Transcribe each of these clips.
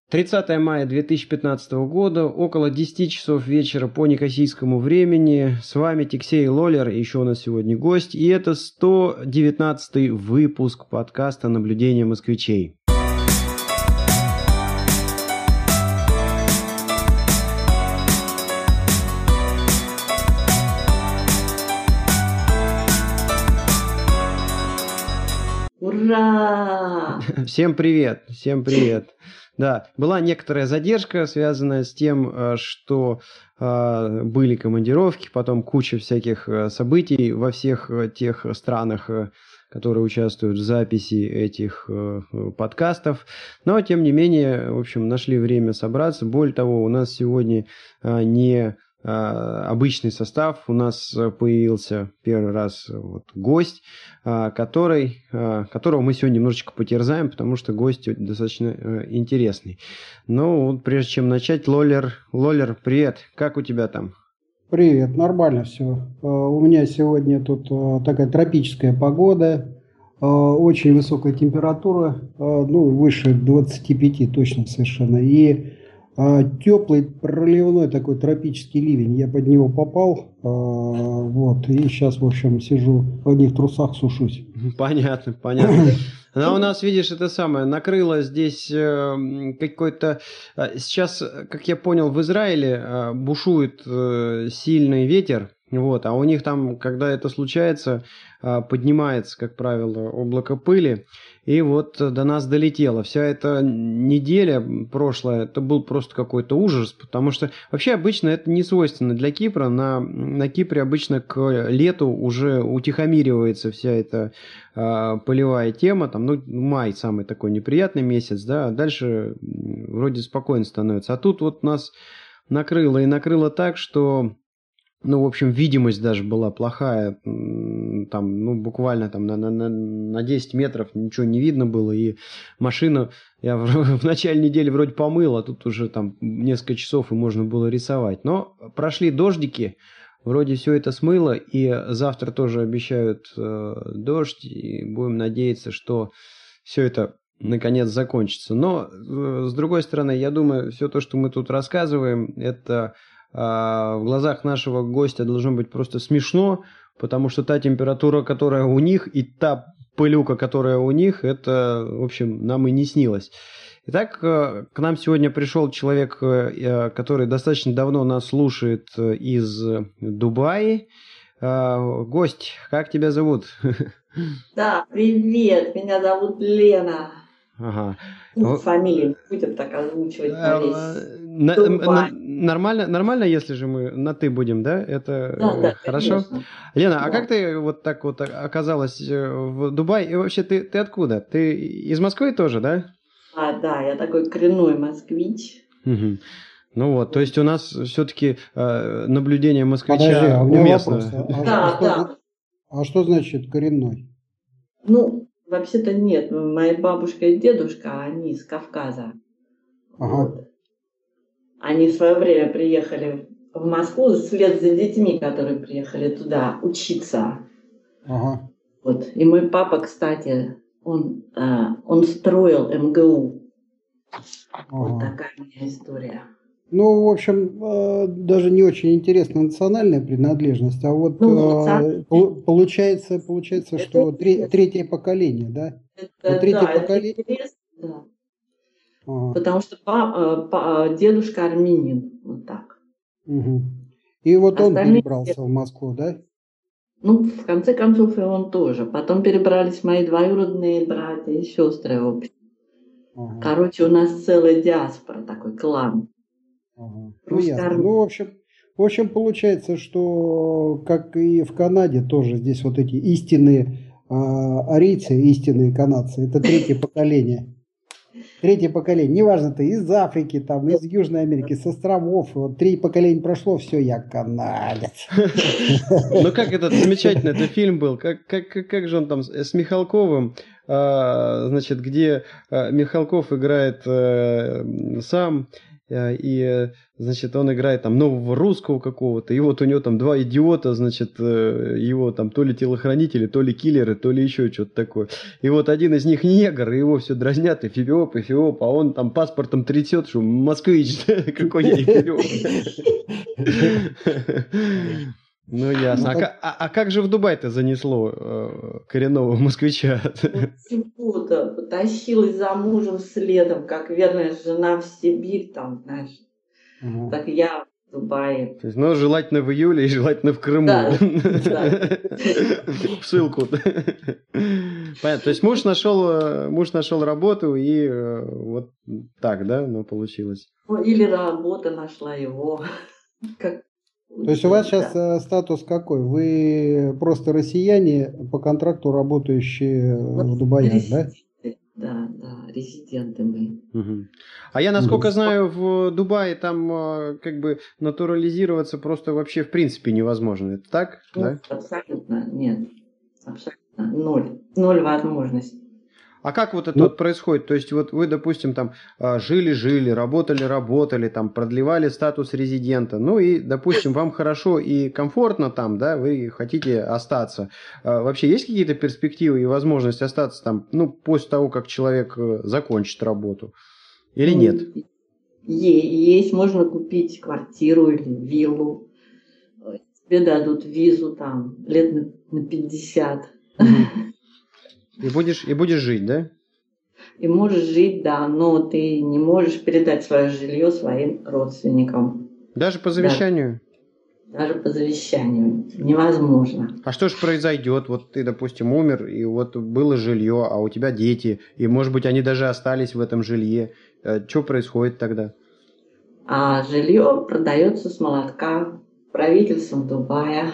30 мая 2015 года, около 10 часов вечера по некосийскому времени. С вами Тиксей Лолер, еще у нас сегодня гость. И это 119-й выпуск подкаста «Наблюдение москвичей». Ура! Всем привет, всем привет. Да, была некоторая задержка, связанная с тем, что были командировки, потом куча всяких событий во всех тех странах, которые участвуют в записи этих подкастов. Но, тем не менее, в общем, нашли время собраться. Более того, у нас сегодня не обычный состав. У нас появился первый раз гость, которого мы сегодня немножечко потерзаем, потому что гость достаточно интересный. Но прежде чем начать, Лолер, привет, как у тебя там? Привет, нормально все. У меня сегодня тут такая тропическая погода, очень высокая температура, выше 25 точно совершенно, и теплый проливной такой тропический ливень. Я под него попал, и сейчас, в общем, сижу в одних трусах, сушусь. Понятно. Она у нас, видишь, это самое, накрыло здесь какой-то... Сейчас, как я понял, в Израиле бушует сильный ветер, а у них там, когда это случается, поднимается, как правило, облако пыли, и до нас долетело. Вся эта неделя прошлая, это был просто какой-то ужас, потому что вообще обычно это не свойственно для Кипра. На Кипре обычно к лету уже утихомиривается вся эта полевая тема. Май самый такой неприятный месяц, да, а дальше вроде спокойно становится. А тут нас накрыло так, что... в общем, видимость даже была плохая, буквально на 10 метров ничего не видно было, и машину я в начале недели вроде помыл, а тут уже несколько часов и можно было рисовать. Но прошли дождики, вроде все это смыло, и завтра тоже обещают дождь, и будем надеяться, что все это наконец закончится. Но, с другой стороны, я думаю, все то, что мы тут рассказываем, это... в глазах нашего гостя должно быть просто смешно, потому что та температура, которая у них, и та пылюка, которая у них, это, в общем, нам и не снилось. Итак, к нам сегодня пришел человек, который достаточно давно нас слушает из Дубая. Гость, как тебя зовут? Да, привет, меня зовут Лена. Ага. Фамилию не будем так озвучивать. Нормально, если же мы на «ты» будем, да? Это да, хорошо? Конечно. Лена, да. А как ты так оказалась в Дубае? И вообще, ты откуда? Ты из Москвы тоже, да? Да, я такой коренной москвич. Угу. То есть у нас все-таки наблюдение москвича уместно. Да. А что значит коренной? Вообще-то нет. Моя бабушка и дедушка, они из Кавказа. Ага. Они в свое время приехали в Москву вслед за детьми, которые приехали туда учиться. Ага. И мой папа, кстати, он строил МГУ. Ага. Вот такая у меня история. В общем, даже не очень интересна национальная принадлежность, а получается, что третье поколение, да? Третье поколение. Это интересно, да. Ага. Потому что дедушка армянин, вот так. Угу. И он перебрался в Москву, да? В конце концов и он тоже. Потом перебрались мои двоюродные братья и сестры, в общем. Ага. Короче, у нас целая диаспора, такой клан. Ага. Ясно. В общем, получается, что, как и в Канаде, тоже здесь эти истинные арийцы, истинные канадцы, это третье поколение. Третье поколение. Неважно, ты из Африки, из Южной Америки, с островов. 3 поколения прошло, все, я канадец. Как этот замечательный фильм был. Как же он там с Михалковым, где Михалков играет сам, значит, он играет там нового русского какого-то, и вот у него там два идиота, значит, его там то ли телохранители, то ли киллеры, то ли еще что-то такое. И вот один из них негр, и его все дразнят, Эфиоп, а он там паспортом трясет, что москвич, какой я Эфиоп. Ну, ясно. А как же в Дубай-то занесло коренного москвича? Почему-то потащилась за мужем следом, как верная жена в Сибирь, там, знаешь. Так я в Дубае. То есть, ну, желательно в июле и желательно в Крыму. Да. В ссылку. Понятно. То есть муж нашел работу, и вот так, да, ну, получилось. Или работа нашла его. То есть у вас сейчас статус какой? Вы просто россияне по контракту, работающие в Дубае, да? Да, резиденты мы. Угу. А я, насколько знаю, в Дубае там как бы натурализироваться просто вообще в принципе невозможно. Это так? Да? Абсолютно нет. Абсолютно ноль возможностей. А как вот это вот происходит? То есть вот вы, допустим, там жили, работали, там продлевали статус резидента, ну и, допустим, вам хорошо и комфортно там, да, вы хотите остаться. Вообще есть какие-то перспективы и возможность остаться там, ну, после того, как человек закончит работу? Или нет? Есть, можно купить квартиру или виллу. Тебе дадут визу там лет на 50. И будешь жить, да? И можешь жить, да, но ты не можешь передать свое жилье своим родственникам. Даже по завещанию? Даже по завещанию. Невозможно. А что же произойдет? Вот ты, допустим, умер, и вот было жилье, а у тебя дети, и, может быть, они даже остались в этом жилье. Что происходит тогда? А жилье продается с молотка правительством Дубая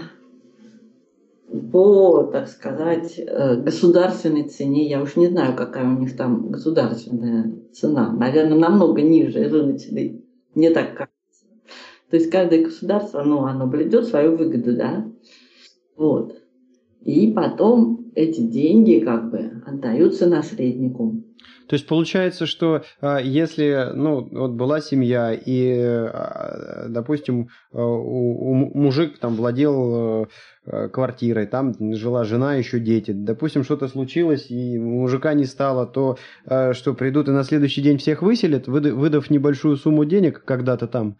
по, так сказать, государственной цене. Я уж не знаю, какая у них там государственная цена. Наверное, намного ниже рыночной. Мне так кажется. То есть каждое государство, оно блюдет свою выгоду, да? Вот. И потом эти деньги как бы отдаются наследнику. То есть получается, что если, ну, вот была семья, и, допустим, мужик там владел квартирой, там жила жена, еще дети, допустим, что-то случилось, и мужика не стало, то что, придут и на следующий день всех выселят, выдав небольшую сумму денег когда-то там?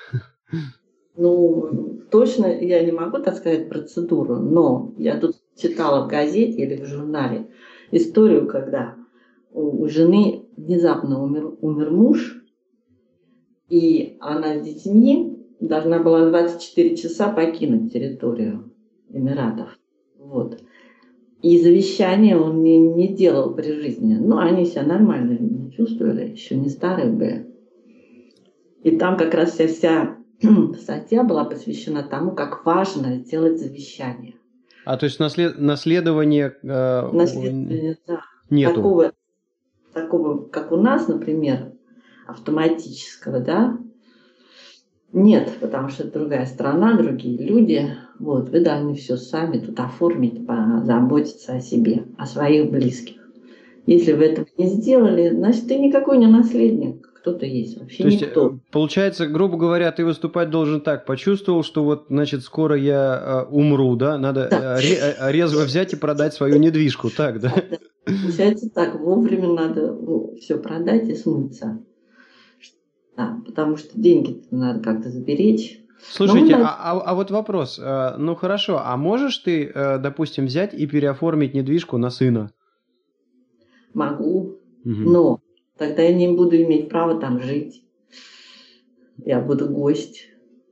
Ну, точно я не могу, так сказать, процедуру, но я тут читала в газете или в журнале историю, когда у жены внезапно умер муж, и она с детьми должна была 24 часа покинуть территорию Эмиратов. Вот. И завещание он не делал при жизни. Ну, они себя нормально не чувствовали, еще не старые были. И там как раз вся статья была посвящена тому, как важно сделать завещание. А то есть наследования да. нету? Такого, как у нас, например, автоматического, да, нет, потому что это другая страна, другие люди. Вот, вы должны все сами тут оформить, позаботиться о себе, о своих близких. Если вы этого не сделали, значит, ты никакой не наследник. Кто-то есть, вообще то никто. Есть, получается, грубо говоря, ты выступать должен так. Почувствовал, что вот, значит, скоро я умру, да? Надо резво взять и продать свою недвижку, так, да? Получается так, вовремя надо все продать и смыться. Да, потому что деньги надо как-то заберечь. Слушайте, а вот вопрос. Ну хорошо, а можешь ты, допустим, взять и переоформить недвижку на сына? Могу, но тогда я не буду иметь права там жить. Я буду гость.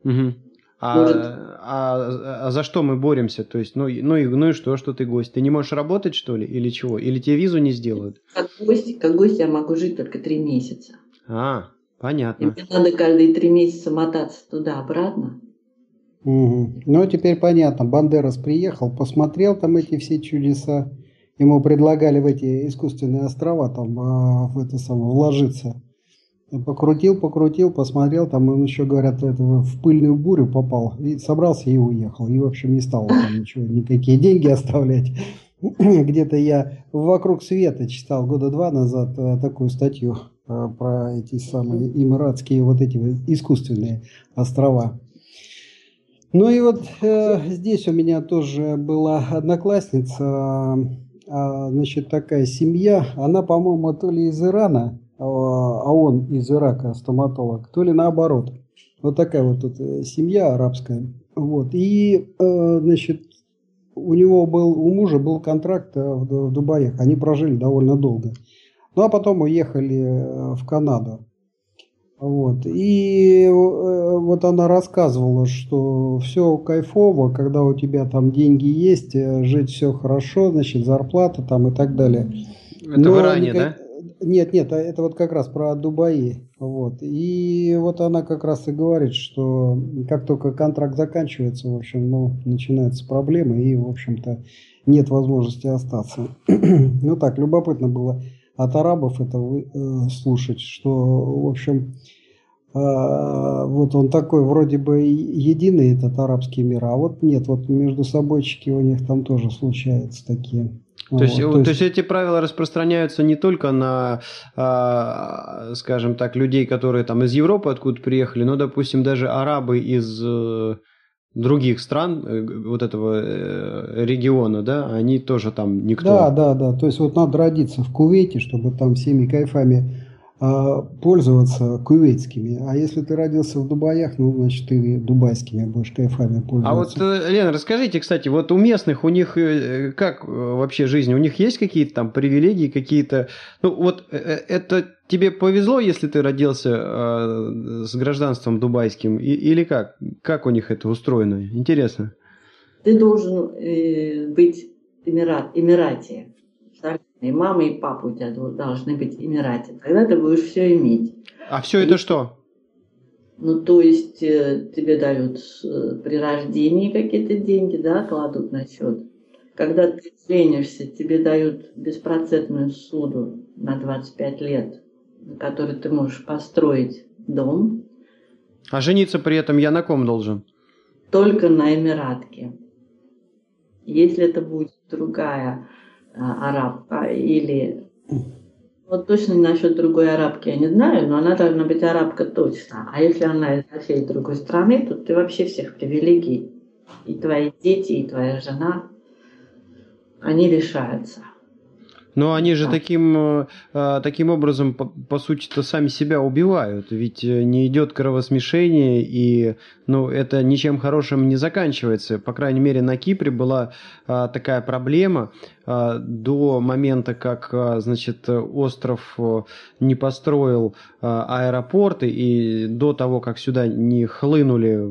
А за что мы боремся? То есть, ну и что ты гость? Ты не можешь работать, что ли, или чего? Или тебе визу не сделают? Как гость я могу жить только 3 месяца. Понятно. И мне надо каждые 3 месяца мотаться туда-обратно. Ну, теперь понятно. Бандерас приехал, посмотрел там эти все чудеса. Ему предлагали в эти искусственные острова там вложиться. Покрутил, посмотрел, там он еще, говорят, в пыльную бурю попал. И собрался и уехал. И, в общем, не стал там ничего, никакие деньги оставлять. Где-то я «Вокруг света» читал года 2 назад такую статью. про эти самые эмиратские вот эти вот искусственные острова. Ну и вот здесь у меня тоже была одноклассница, значит, такая семья, она, по-моему, то ли из Ирана, а он из Ирака, стоматолог, то ли наоборот. Вот такая вот тут семья арабская. Вот. И, значит, у мужа был контракт в Дубаях, они прожили довольно долго. Ну а потом уехали в Канаду. Вот. И вот она рассказывала, что все кайфово, когда у тебя там деньги есть, жить все хорошо, значит, зарплата там и так далее. Это в Иране, да? Нет, это вот как раз про Дубаи. Вот. И вот она как раз и говорит, что как только контракт заканчивается, в общем, ну, начинаются проблемы, и, в общем-то, нет возможности остаться. Ну так, любопытно было от арабов это слушать, что, в общем, вот он такой вроде бы единый, этот арабский мир, а вот нет, вот между собойчики у них там тоже случаются такие. То есть эти правила распространяются не только на, скажем так, людей, которые там из Европы откуда приехали, но, допустим, даже арабы из других стран вот этого региона, да, они тоже там никто. Да. То есть вот надо родиться в Кувейте, чтобы там всеми кайфами пользоваться кувейтскими. А если ты родился в Дубаях, ну, значит, ты дубайскими будешь кайфами пользоваться. А вот, Лена, расскажите, кстати, вот у местных, у них как вообще жизнь? У них есть какие-то там привилегии, какие-то... Ну, вот это тебе повезло, если ты родился с гражданством дубайским, или как? Как у них это устроено? Интересно. Ты должен быть эмирате. И мама, и папа у тебя должны быть эмирате. Тогда ты будешь все иметь. А все это что? Ну, то есть тебе дают при рождении какие-то деньги, да, кладут на счет. Когда ты женишься, тебе дают беспроцентную ссуду на 25 лет, на которой ты можешь построить дом. А жениться при этом я на ком должен? Только на эмиратке. Если это будет другая арабка или... Вот точно насчет другой арабки я не знаю, но она должна быть арабка точно. А если она из совсем другой страны, то ты вообще всех привилегий. И твои дети, и твоя жена, они лишаются. Но они же таким образом, по сути-то, сами себя убивают. Ведь не идет кровосмешение, и это ничем хорошим не заканчивается. По крайней мере, на Кипре была такая проблема до момента, как, значит, остров не построил аэропорты, и до того, как сюда не хлынули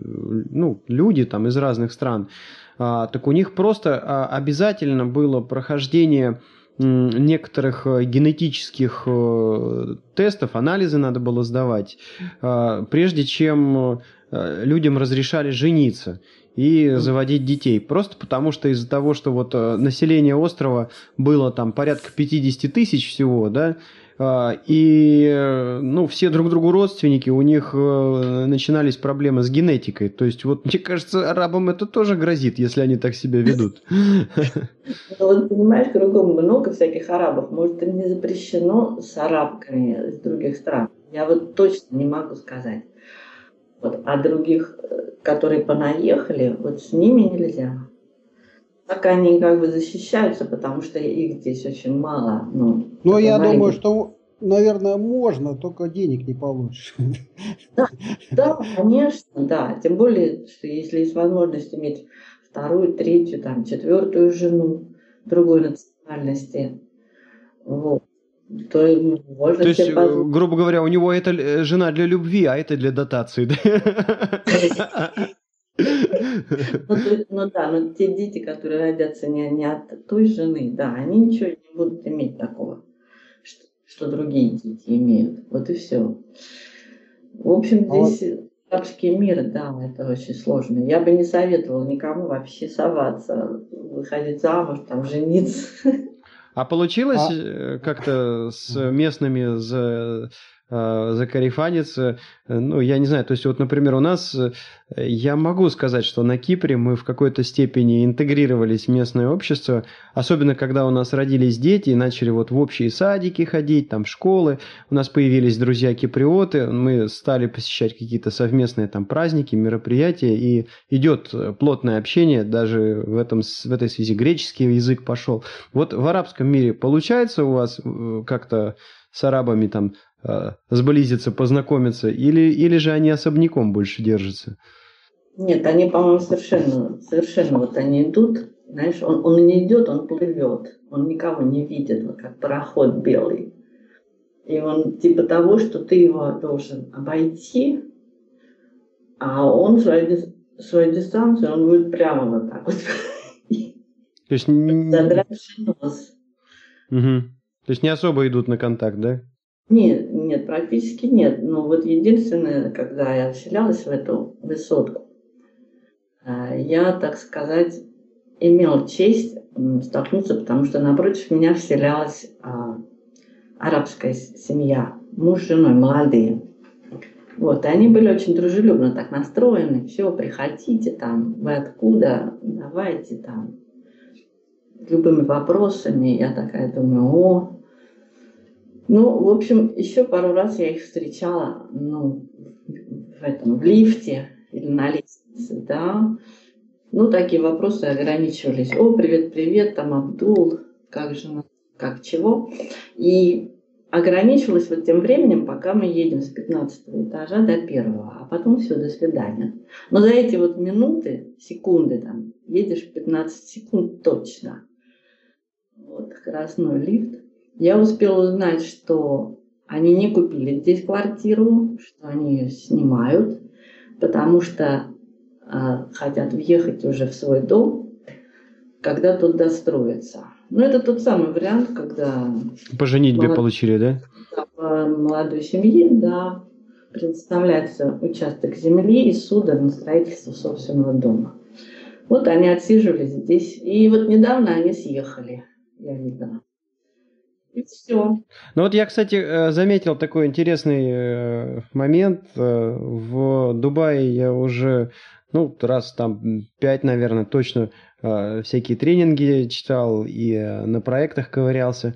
люди там из разных стран. Так у них просто обязательно было прохождение некоторых генетических тестов, анализы надо было сдавать, прежде чем людям разрешали жениться и заводить детей. Просто потому, что из-за того, что вот население острова было там порядка 50 тысяч всего, да, и все друг другу родственники, у них начинались проблемы с генетикой. То есть, вот мне кажется, арабам это тоже грозит, если они так себя ведут. Вот понимаешь, кругом много всяких арабов. Может, это не запрещено с арабками из других стран. Я вот точно не могу сказать. Вот, а других, которые понаехали, вот с ними нельзя. Так они как бы защищаются, потому что их здесь очень мало. Но я думаю, что, наверное, можно, только денег не получишь. Да, конечно, да. Тем более, что если есть возможность иметь вторую, третью, там, четвертую жену другой национальности, вот, то можно. То есть, грубо говоря, у него это жена для любви, а это для дотации, да? Но те дети, которые родятся не от той жены, да, они ничего не будут иметь такого, что другие дети имеют. Вот и все. В общем, здесь арабский мир, да, это очень сложно. Я бы не советовала никому вообще соваться, выходить замуж, там, жениться. А получилось как-то с местными закарифанец. Ну, я не знаю, то есть вот, например, у нас, я могу сказать, что на Кипре мы в какой-то степени интегрировались в местное общество, особенно когда у нас родились дети и начали вот в общие садики ходить, там школы, у нас появились друзья-киприоты, мы стали посещать какие-то совместные там праздники, мероприятия, и идет плотное общение, даже в этой связи греческий язык пошел. Вот в арабском мире получается у вас как-то с арабами там сблизиться, познакомиться, или же они особняком больше держатся? Нет, они, по-моему, совершенно вот они идут, знаешь, он не идет, он плывет, он никого не видит, вот как пароход белый. И он типа того, что ты его должен обойти, а он свою дистанцию, он будет прямо вот так вот. То есть, Задравший нос. Угу. То есть не особо идут на контакт, да? Нет, практически нет. Но вот единственное, когда я вселялась в эту высотку, я, так сказать, имел честь столкнуться, потому что напротив меня вселялась арабская семья, муж с женой, молодые. Вот, и они были очень дружелюбно так настроены. Все, приходите там, вы откуда, давайте там, любыми вопросами. Я такая думаю, Ну, в общем, еще пару раз я их встречала, в лифте или на лестнице, да. Ну, такие вопросы ограничивались. О, привет, привет, там Абдул, как же, как чего. И ограничивалась вот тем временем, пока мы едем с 15-го этажа до 1-го, а потом все, до свидания. Но за эти вот минуты, секунды там, едешь 15 секунд точно. Вот, скоростной лифт. Я успела узнать, что они не купили здесь квартиру, что они ее снимают, потому что хотят въехать уже в свой дом, когда тут достроится. Ну, это тот самый вариант, когда... По женитьбе получили, да? По молодой семье, да, предоставляется участок земли и суда на строительство собственного дома. Вот они отсиживались здесь. И вот недавно они съехали, я видела. И все. Ну вот я, кстати, заметил такой интересный момент. В Дубае я уже, раз там 5, наверное, точно всякие тренинги читал и на проектах ковырялся.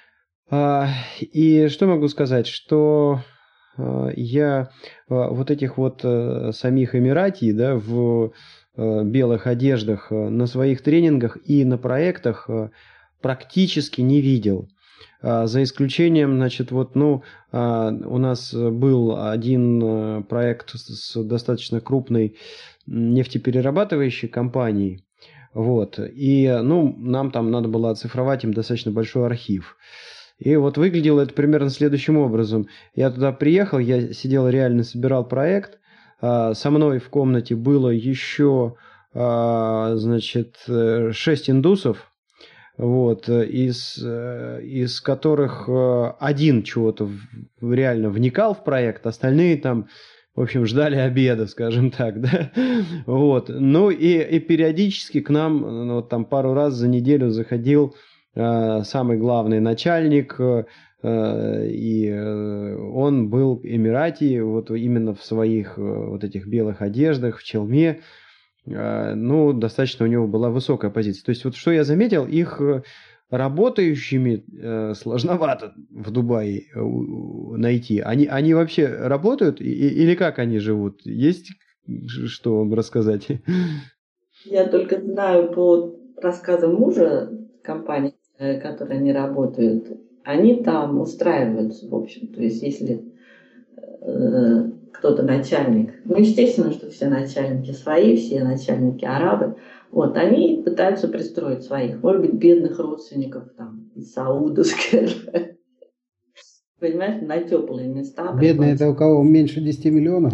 И что могу сказать, что я вот этих вот самих эмиратий, да, в белых одеждах на своих тренингах и на проектах практически не видел. За исключением, значит, у нас был один проект с достаточно крупной нефтеперерабатывающей компанией, вот, и, нам там надо было оцифровать им достаточно большой архив. И вот выглядело это примерно следующим образом. Я туда приехал, я сидел, реально собирал проект, со мной в комнате было еще, 6 индусов, вот, из которых один чего-то реально вникал в проект, остальные там, в общем, ждали обеда, скажем так, да, вот, и периодически к нам, вот там пару раз за неделю заходил самый главный начальник, и он был эмирати, вот именно в своих вот этих белых одеждах, в челме. Достаточно у него была высокая позиция. То есть вот что я заметил, их работающими сложновато в Дубае найти. Они вообще работают или как они живут? Есть что вам рассказать? Я только знаю по рассказам мужа компании, в которой они работают, они там устраиваются, в общем. То есть если кто-то начальник, естественно, что все начальники свои, все начальники арабы, вот, они пытаются пристроить своих, может быть, бедных родственников там из Сауда, скажем, понимаешь, на теплые места. Бедные — это у кого меньше 10 миллионов?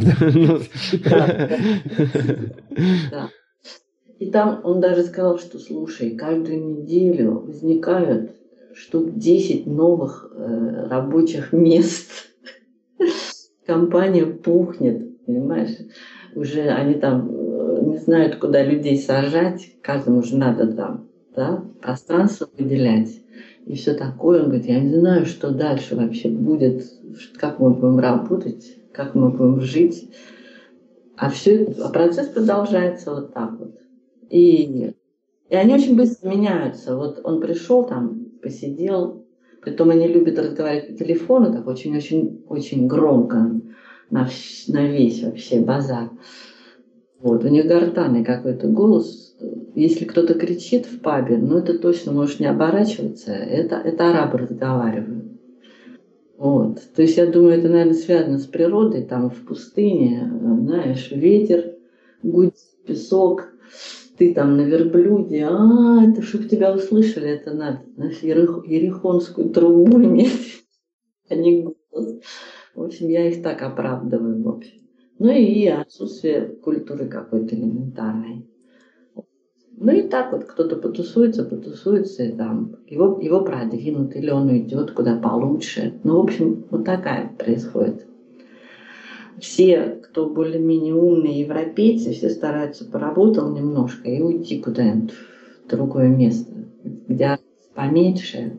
Да. И там он даже сказал, что, слушай, каждую неделю возникают штук 10 новых рабочих мест. Компания пухнет, понимаешь? Уже они там не знают, куда людей сажать. Каждому же надо там, да, пространство выделять. и все такое. Он говорит, я не знаю, что дальше вообще будет, как мы будем работать, как мы будем жить. А процесс продолжается вот так вот. И они очень быстро меняются. Вот он пришел там, посидел, притом они любят разговаривать по телефону, так очень-очень-очень громко на весь вообще базар. Вот, у них гортанный какой-то голос. Если кто-то кричит в пабе, ну это точно можешь не оборачиваться, это арабы разговаривают. Вот. То есть я думаю, это, наверное, связано с природой, там в пустыне, знаешь, ветер, гудит, песок, ты там на верблюде, это чтобы тебя услышали, это надо, знаешь, ерихонскую трубу иметь, а не голос. В общем, я их так оправдываю, в общем. Ну и отсутствие культуры какой-то элементарной. Ну и так вот кто-то потусуется, и там его продвинут, или он уйдет куда получше. Ну, в общем, вот такая происходит. Все, кто более-менее умные европейцы, все стараются поработал немножко и уйти куда-нибудь в другое место, где поменьше.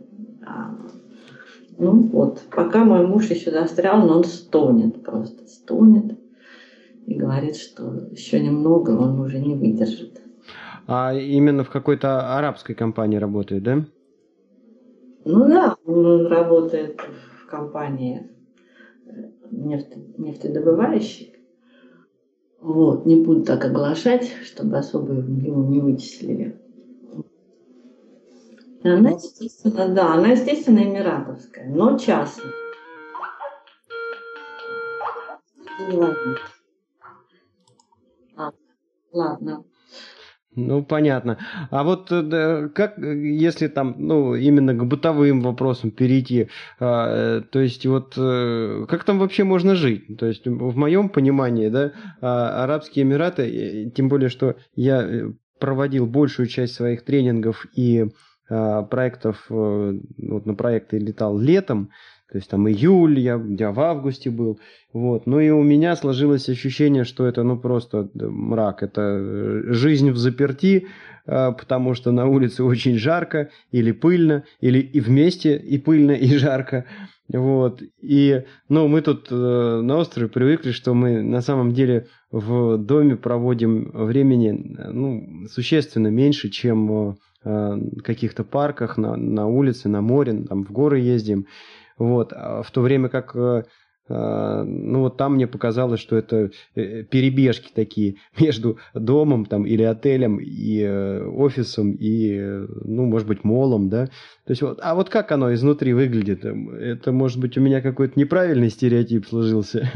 Ну вот, пока мой муж еще застрял, но он стонет, просто стонет. И говорит, что еще немного он уже не выдержит. А именно в какой-то арабской компании работает, да? Ну да, он работает в компании нефтедобывающей. Вот, не буду так оглашать, чтобы особо его не вычислили. Она, естественно, эмиратовская, но частная. Ладно. Ну, понятно. А вот как, если там, ну, именно к бытовым вопросам перейти, то есть вот как там вообще можно жить? То есть в моем понимании, да, Арабские Эмираты, тем более, что я проводил большую часть своих тренингов и проектов, вот на проекты летал летом, то есть там июль, я в августе был, вот. Ну и у меня сложилось ощущение, что это ну просто мрак, это жизнь в заперти, потому что на улице очень жарко или пыльно, или и вместе и пыльно, и жарко. Вот. И ну, мы тут на острове привыкли, что мы на самом деле в доме проводим времени ну, существенно меньше, чем в каких-то парках, на улице, на море, там в горы ездим. Вот. В то время как ну вот там мне показалось, что это перебежки такие между домом там, или отелем и офисом и, ну, может быть, молом, да. То есть вот, а вот как оно изнутри выглядит? Это, может быть, у меня какой-то неправильный стереотип сложился?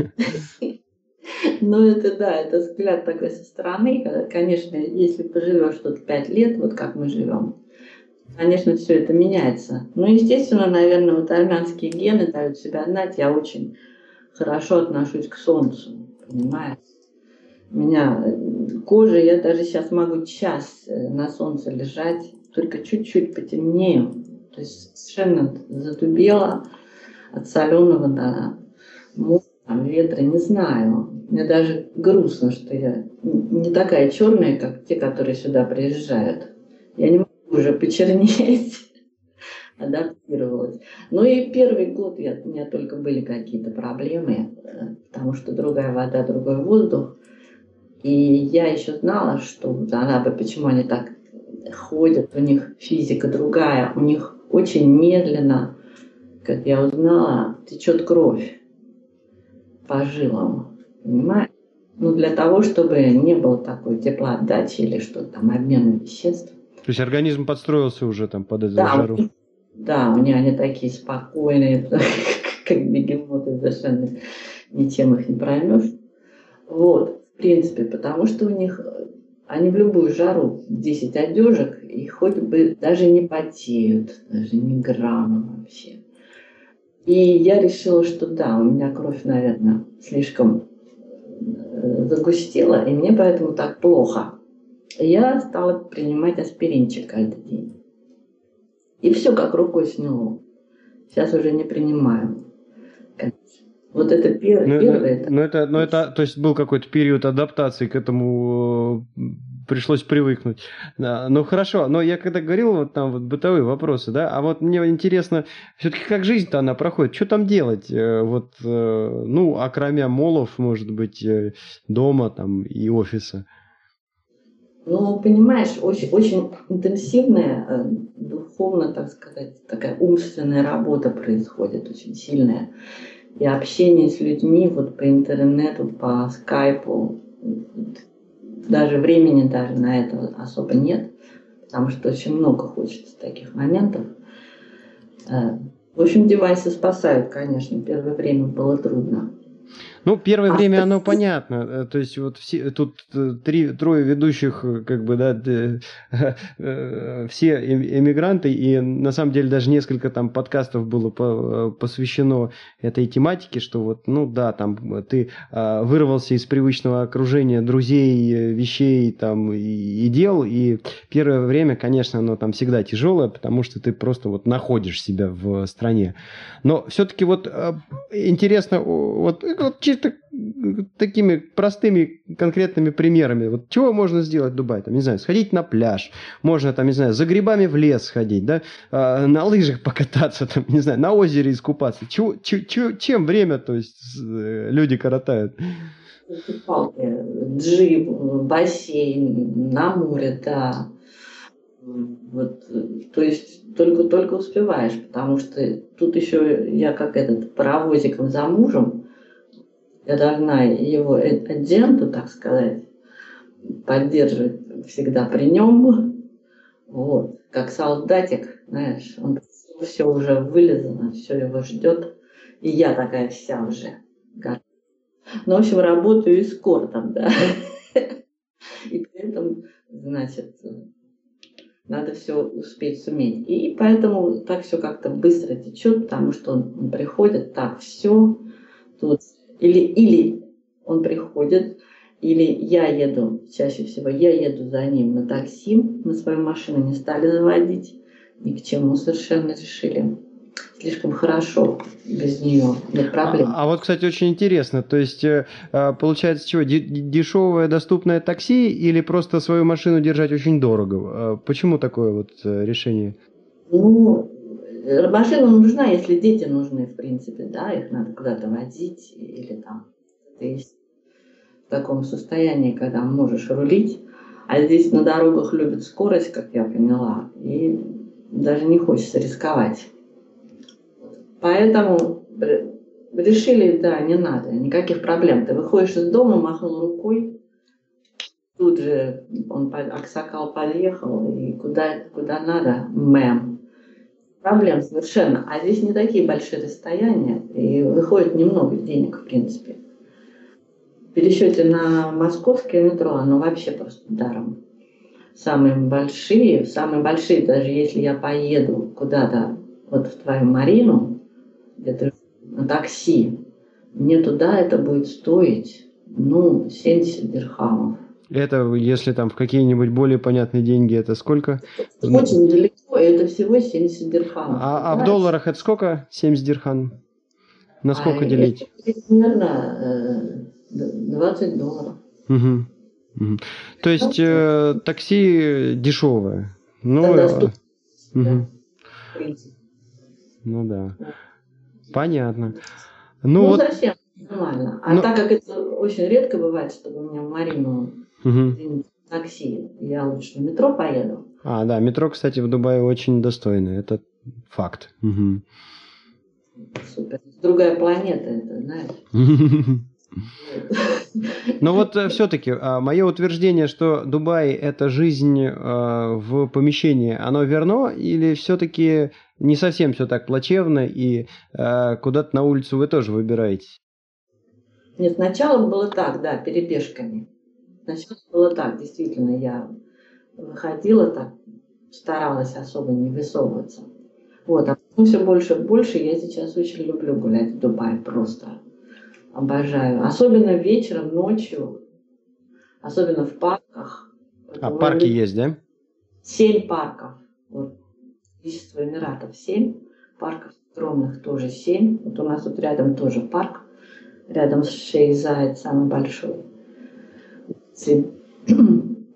Ну, это да, это взгляд такой со стороны. Конечно, если поживешь тут 5 лет, вот как мы живем, конечно, все это меняется. Ну, естественно, наверное, вот армянские гены дают себя знать. Я очень хорошо отношусь к солнцу, понимаешь? У меня кожа, я даже сейчас могу час на солнце лежать, только чуть-чуть потемнею. То есть совершенно задубела от соленого до моря, ветра, не знаю. Мне даже грустно, что я не такая черная, как те, которые сюда приезжают. Я не могу уже почернеть, адаптировалась. Ну и первый год у меня только были какие-то проблемы, потому что другая вода, другой воздух. И я еще знала, что арабы, почему они так ходят, у них физика другая, у них очень медленно, как я узнала, течет кровь по жилам, понимаешь? Ну, для того, чтобы не было такой теплоотдачи или что-то там, обмена веществ. То есть организм подстроился уже там под эту жару? Да, у них они такие спокойные, как бегемоты, совершенно ничем их не проймешь. Вот, в принципе, потому что у них, они в любую жару 10 одежек, и хоть бы даже не потеют, даже ни грамма вообще. И я решила, что да, у меня кровь, наверное, слишком загустела, и мне поэтому так плохо. Я стала принимать аспиринчик каждый день. И все как рукой сняло. Сейчас уже не принимаю. Вот это первое. Но это, то есть был какой-то период адаптации к этому пришлось привыкнуть. Да, ну хорошо, но я когда говорил, вот там вот бытовые вопросы, да, а вот мне интересно, все-таки как жизнь-то она проходит, что там делать? Вот, ну, окромя молов, может быть, дома там и офиса. Ну, понимаешь, очень, очень интенсивная, духовно, так сказать, такая умственная работа происходит, очень сильная. И общение с людьми вот по интернету, по скайпу, даже времени даже на это особо нет, потому что очень много хочется таких моментов. В общем, девайсы спасают, конечно. Первое время было трудно. Ну, первое время оно понятно. То есть вот все, тут трое ведущих, как бы, да, все эмигранты, и на самом деле даже несколько там подкастов было посвящено этой тематике, что вот, ну да, там ты вырвался из привычного окружения друзей, вещей там и дел, и первое время, конечно, оно там всегда тяжелое, потому что ты просто вот находишь себя в стране. Но все-таки вот интересно, вот чисто такими простыми конкретными примерами. Вот чего можно сделать в Дубае? Там, не знаю, сходить на пляж, можно там, не знаю, за грибами в лес сходить, да, на лыжах покататься, там, не знаю, на озере искупаться. Чем время, то есть, люди коротают? Палки, джип, бассейн, на море, да. Вот, то есть только успеваешь, потому что тут еще я как этот паровозиком за мужем, я должна его агенту, так сказать, поддерживать всегда при нем, вот, как солдатик, знаешь, он все уже вылезано, все его ждет, и я такая вся уже. Ну, в общем, работаю эскортом, да, и при этом, значит, надо все успеть, суметь. И поэтому так все как-то быстро течет, потому что он приходит, так, все, тут или он приходит, или я еду, чаще всего я еду за ним на такси, мы свою машину не стали заводить, ни к чему совершенно решили. Слишком хорошо без нее, нет проблем. А вот, кстати, очень интересно, то есть получается чего, дешевое доступное такси или просто свою машину держать очень дорого? Почему такое вот решение? Ну, машина нужна, если дети нужны, в принципе, да, их надо куда-то водить или там ты в таком состоянии, когда можешь рулить. А здесь на дорогах любят скорость, как я поняла, и даже не хочется рисковать. Поэтому решили, да, не надо, никаких проблем. Ты выходишь из дома, махнул рукой, тут же Аксакал подъехал, и куда надо, мэм. Проблем совершенно. А здесь не такие большие расстояния, и выходит немного денег, в принципе. В пересчете на московское метро оно вообще просто даром. Самые большие, даже если я поеду куда-то, вот в твою Марину, где-то на такси, мне туда это будет стоить, 70 дирхамов. Это, если там в какие-нибудь более понятные деньги, это сколько? Очень далеко, это всего 70 дирхамов. А в долларах это сколько? 70 дирхам? На сколько делить? Это примерно $20. Угу. То есть такси дешевое. Ну да. Понятно. Совсем нормально. Так как это очень редко бывает, чтобы у меня в Марину такси, я лучше в метро поеду. Да, метро, кстати, в Дубае очень достойно. Это факт. Угу. Супер. Другая планета, это, знаешь. Но вот все-таки мое утверждение, что Дубай – это жизнь в помещении, оно верно или все-таки не совсем все так плачевно и куда-то на улицу вы тоже выбираетесь? Нет, сначала было так, да, перебежками. Сначала было так, действительно, я выходила так, старалась особо не высовываться. Вот, а потом все больше и больше. Я сейчас очень люблю гулять в Дубае, просто обожаю. Особенно вечером, ночью, особенно в парках. Парки есть, да? 7 парков. Вот, количество Эмиратов 7, парков скромных тоже 7. Вот у нас тут рядом тоже парк, рядом с Шейх Зайд, самый большой.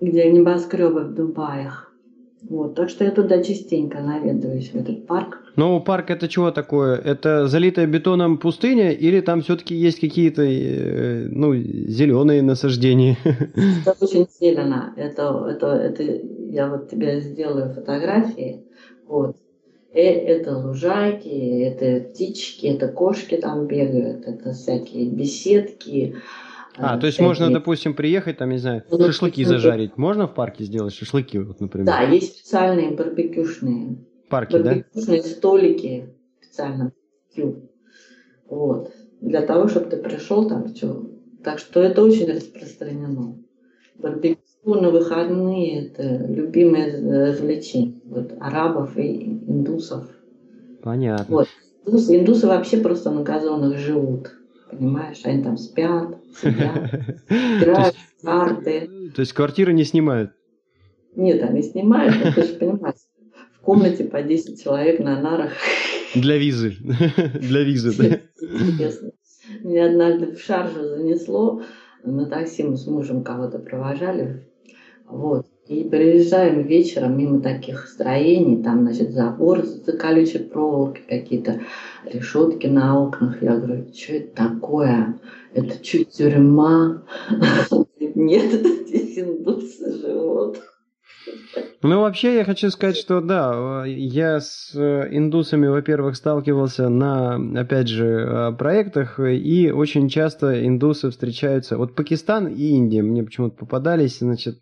где небоскребы в Дубаях. Вот, так что я туда частенько наведываюсь, в этот парк. Ну, парк это чего такое? Это залитая бетоном пустыня или там все-таки есть какие-то, ну, зеленые насаждения? Это очень зелено. Это я вот тебе сделаю фотографии. Вот. Это лужайки, это птички, это кошки там бегают, это всякие беседки. То есть можно, допустим, приехать, там, не знаю, шашлыки зажарить. Можно в парке сделать шашлыки, вот, например? Да, есть специальные барбекюшные. Парки, да? Барбекюшные столики, специально барбекю. Вот. Для того, чтобы ты пришел там, все. Так что это очень распространено. Барбекю на выходные – это любимое развлечение вот, арабов и индусов. Понятно. Вот. Индусы вообще просто на газонах живут. Понимаешь, они там спят, сидят, играют в карты. То есть квартиры не снимают? Нет, они снимают, но ты же понимаешь, в комнате по 10 человек на нарах. Для визы. Для визы, да? Интересно. Меня однажды в Шаржу занесло, на такси мы с мужем кого-то провожали. Вот. И приезжаем вечером мимо таких строений, там, значит, забор за колючей проволокой, какие-то решетки на окнах. Я говорю, что это такое? Это что, тюрьма? Нет, это здесь индусы живут. Ну, вообще, я хочу сказать, что да, я с индусами, во-первых, сталкивался на, опять же, проектах, и очень часто индусы встречаются, вот Пакистан и Индия мне почему-то попадались, значит,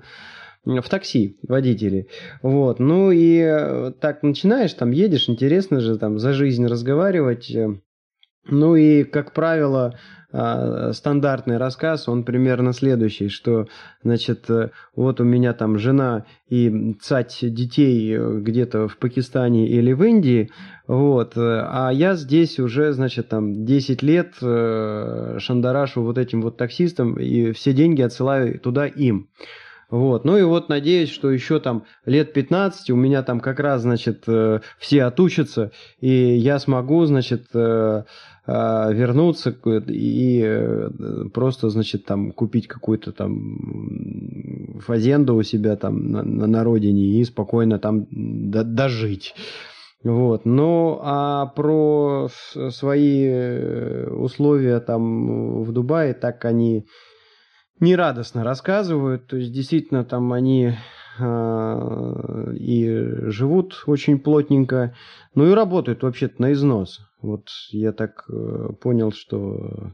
в такси водители. Вот. Ну и так начинаешь, там едешь, интересно же там за жизнь разговаривать. Ну и, как правило, стандартный рассказ, он примерно следующий, что, значит, вот у меня там жена и цать детей где-то в Пакистане или в Индии, вот, а я здесь уже, значит, там 10 лет шандарашу вот этим вот таксистам и все деньги отсылаю туда им. Вот. Ну и вот надеюсь, что еще там лет 15 у меня там как раз, значит, все отучатся, и я смогу, значит, вернуться и просто, значит, там купить какую-то там фазенду у себя там на родине и спокойно там дожить. Вот. Ну, а про свои условия там в Дубае, так они нерадостно рассказывают, то есть действительно там они и живут очень плотненько, ну и работают вообще-то на износ. Вот я так понял, что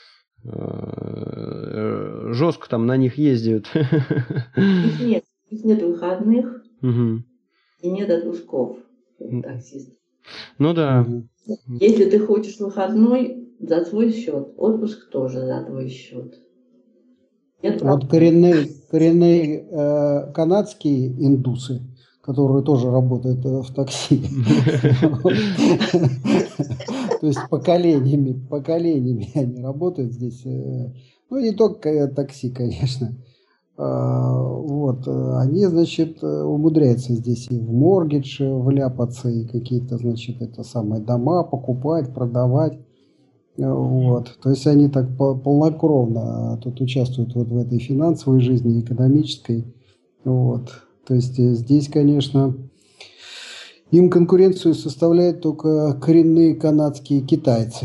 жестко там на них ездят. Их нет выходных Угу. и нет отпусков таксистов. Ну да. Если ты хочешь выходной, за свой счет, отпуск тоже за твой счет. Вот коренные канадские индусы, которые тоже работают в такси. То есть поколениями они работают здесь. Ну, не только такси, конечно. Вот. Они, значит, умудряются здесь и в моргидж вляпаться, и какие-то, значит, это самые дома покупать, продавать. Вот. То есть они так полнокровно тут участвуют вот в этой финансовой жизни, экономической. Вот. То есть здесь, конечно, им конкуренцию составляют только коренные канадские китайцы.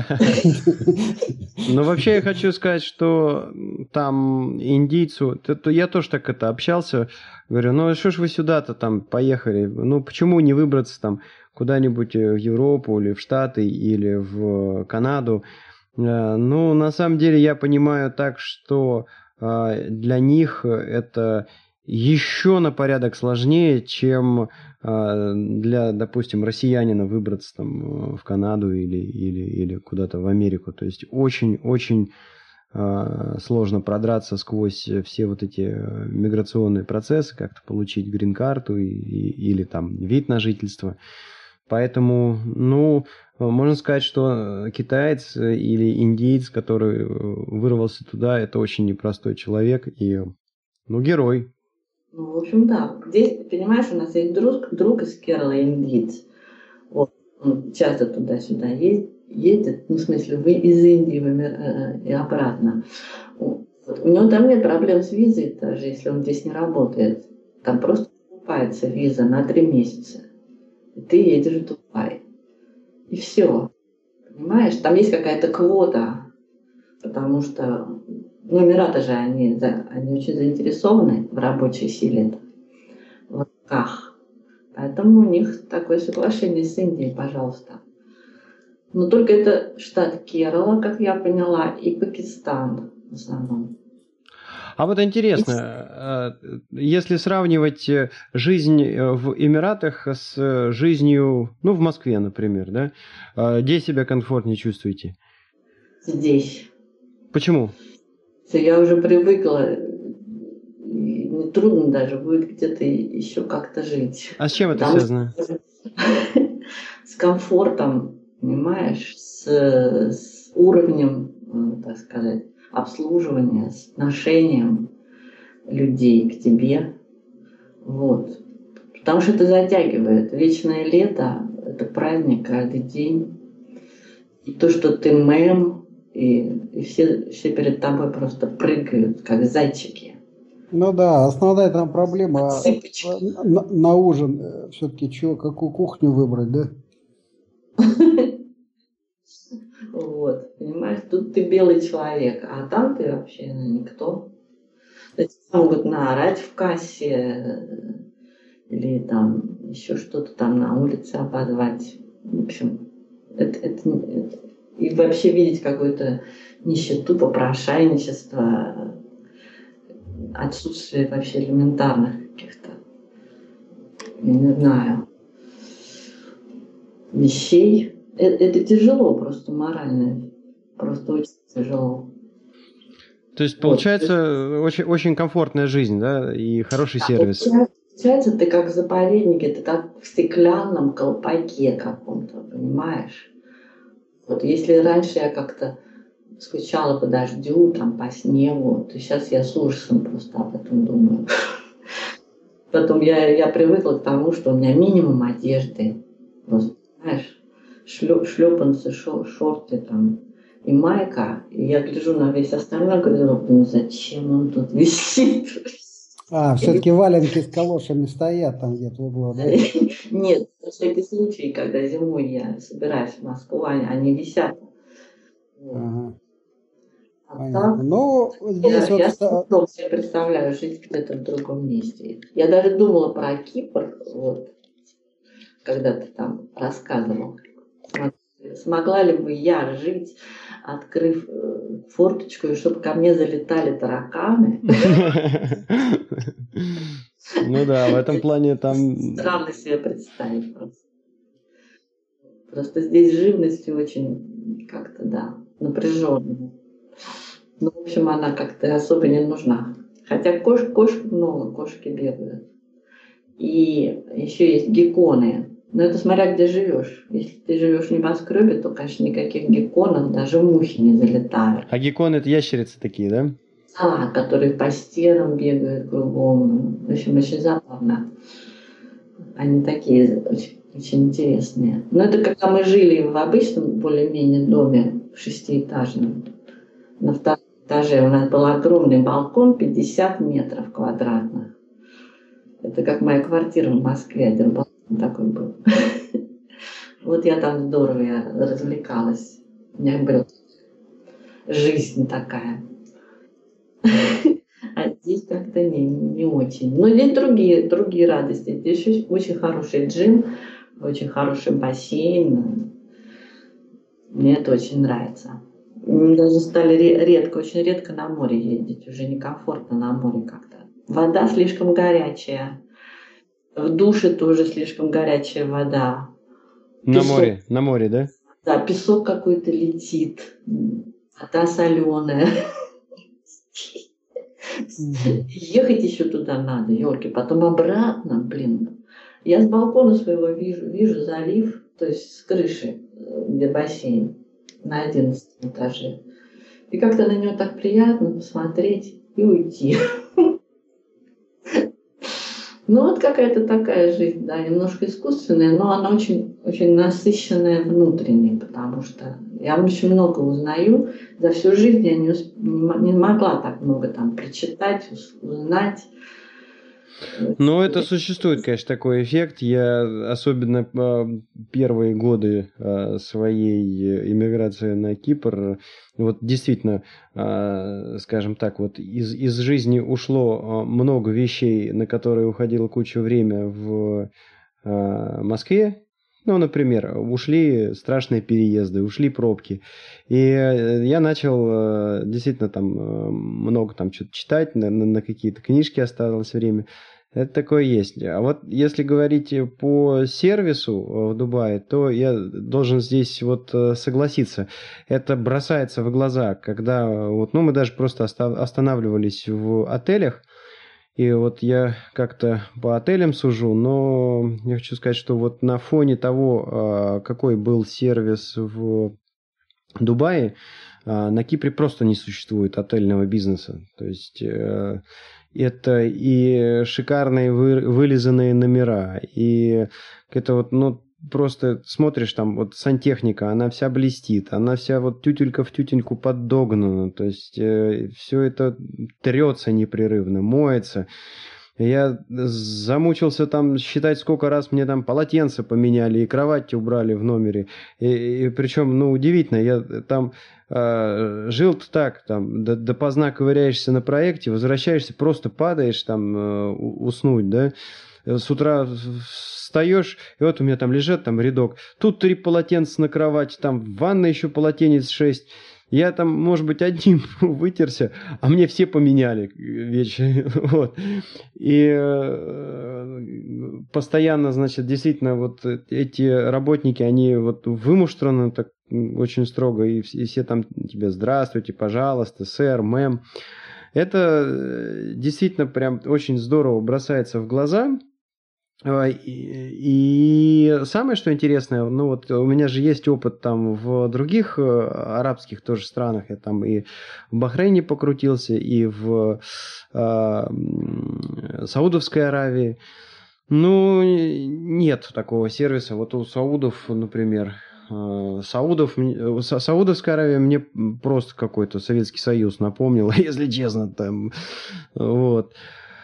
Ну, вообще я хочу сказать, что там индийцу, я тоже так это общался, говорю, ну что ж вы сюда-то там поехали, ну почему не выбраться там куда-нибудь в Европу или в Штаты или в Канаду. Ну, на самом деле я понимаю так, что для них это еще на порядок сложнее, чем для, допустим, россиянина выбраться там в Канаду или куда-то в Америку. То есть очень-очень сложно продраться сквозь все вот эти миграционные процессы, как-то получить грин-карту или там вид на жительство. Поэтому, ну, можно сказать, что китаец или индиец, который вырвался туда, это очень непростой человек и, ну, герой. Ну, в общем, да. Здесь, понимаешь, у нас есть друг из Керала, индиец. Вот. Он часто туда-сюда ездит, ну, в смысле, из Индии и обратно. Вот. У него там нет проблем с визой, даже если он здесь не работает. Там просто покупается виза на 3 месяца. И ты едешь в Дубай. И все. Понимаешь? Там есть какая-то квота. Потому что Эмираты же, они очень заинтересованы в рабочей силе, в руках. Поэтому у них такое соглашение с Индией, пожалуйста. Но только это штат Керала, как я поняла, и Пакистан в основном. А вот интересно, если сравнивать жизнь в Эмиратах с жизнью, в Москве, например, да, где себя комфортнее чувствуете? Здесь. Почему? Я уже привыкла, и мне трудно даже будет где-то еще как-то жить. А с чем это связано? С комфортом, понимаешь, с уровнем, так сказать, обслуживания, с отношением людей к тебе. Вот. Потому что это затягивает. Вечное лето – это праздник каждый день. И то, что ты мэм, и все перед тобой просто прыгают, как зайчики. Ну да, основная там проблема на ужин все-таки какую кухню выбрать, да? Вот, понимаешь, тут ты белый человек, а там ты вообще никто. Тебя могут наорать в кассе или там еще что-то там на улице обозвать. В общем, и вообще видеть какую-то нищету, попрошайничество, отсутствие вообще элементарных каких-то, я не знаю, вещей. Это тяжело просто морально, просто очень тяжело. То есть получается очень, очень комфортная жизнь, да, и хороший сервис. Получается, ты как в заповеднике, ты как в стеклянном колпаке каком-то, понимаешь? Вот если раньше я как-то скучала по дождю, там, по снегу, то сейчас я с ужасом просто об этом думаю. Потом я привыкла к тому, что у меня минимум одежды. Просто, знаешь, шлепанцы, шорты там и майка. И я гляжу на весь остальной гардероб, думаю, зачем он тут висит? Все-таки валенки с калошами стоят там где-то в углу, да? Нет, на всякий случай, когда зимой я собираюсь в Москву, они висят. Ага. Понятно. Ну, здесь я себе представляю жить где-то в другом месте. Я даже думала про Кипр, вот, когда ты там рассказывал. Смогла ли бы я жить, открыв форточку, и чтобы ко мне залетали тараканы? Ну да, в этом плане там... Странно себе представить просто. Просто здесь живность очень как-то, да, напряженная. Ну, в общем, она как-то особо не нужна. Хотя кошек много, кошки бегают. И еще есть гекконы. Но это смотря где живешь. Если ты живешь в небоскребе, то, конечно, никаких гекконов, даже мухи не залетают. А гекконы — это ящерицы такие, да? Да, которые по стенам бегают кругом. В общем, очень забавно. Они такие очень, очень интересные. Но это когда мы жили в обычном более-менее доме, в 6-этажном. На 2-м этаже у нас был огромный балкон, 50 метров квадратных. Это как моя квартира в Москве, один балкон такой был. Вот я там здорово развлекалась. У меня была жизнь такая. А здесь как-то не очень. Но здесь другие радости. Здесь очень хороший джим, очень хороший бассейн. Мне это очень нравится. Даже стали очень редко на море ездить. Уже некомфортно на море как-то. Вода слишком горячая. В душе тоже слишком горячая вода. На море, да? Да, песок какой-то летит. Вода соленая. Ехать еще туда надо, елки. Потом обратно, блин. Я с балкона своего вижу залив, то есть с крыши, где бассейн, на 11 этаже. И как-то на него так приятно посмотреть и уйти. Ну вот какая-то такая жизнь, да, немножко искусственная, но она очень, очень насыщенная внутренне, потому что Я очень много узнаю. За всю жизнь я не могла так много там прочитать, узнать. Ну, это существует, конечно, такой эффект. Я особенно первые годы своей иммиграции на Кипр, вот действительно, скажем так, вот из жизни ушло много вещей, на которые уходило куча времени в Москве. Ну, например, ушли страшные переезды, ушли пробки. И я начал действительно там много там что-то читать, на какие-то книжки осталось время. Это такое есть. А вот если говорить по сервису в Дубае, то я должен здесь вот согласиться. Это бросается в глаза, когда вот, ну, мы даже просто останавливались в отелях. И вот я как-то по отелям сужу, но я хочу сказать, что вот на фоне того, какой был сервис в Дубае, на Кипре просто не существует отельного бизнеса. То есть это и шикарные вылизанные номера, и это вот, ну, просто смотришь, там вот сантехника, она вся блестит, она вся вот тютелька в тютельку поддогнана, то есть все это трется непрерывно, моется. Я замучился там считать, сколько раз мне там полотенца поменяли и кровати убрали в номере. И причем, ну, удивительно, я там жил так, там, допоздна ковыряешься на проекте, возвращаешься, просто падаешь там уснуть, да. С утра встаешь, и вот у меня там лежат там рядок. Тут 3 полотенца на кровати, там в ванной еще полотенец 6. Я там, может быть, одним вытерся, а мне все поменяли вечером. Вот. И постоянно, значит, действительно, вот эти работники, они вот вымуштраны так очень строго, и все там тебе здравствуйте, пожалуйста, сэр, мэм. Это действительно прям очень здорово бросается в глаза. И самое, что интересное, ну вот у меня же есть опыт там в других арабских тоже странах. Я там и в Бахрейне покрутился, и в Саудовской Аравии. Ну, нет такого сервиса. Вот у саудов, например, Саудовская Аравия мне просто какой-то Советский Союз напомнила, если честно. Там, вот.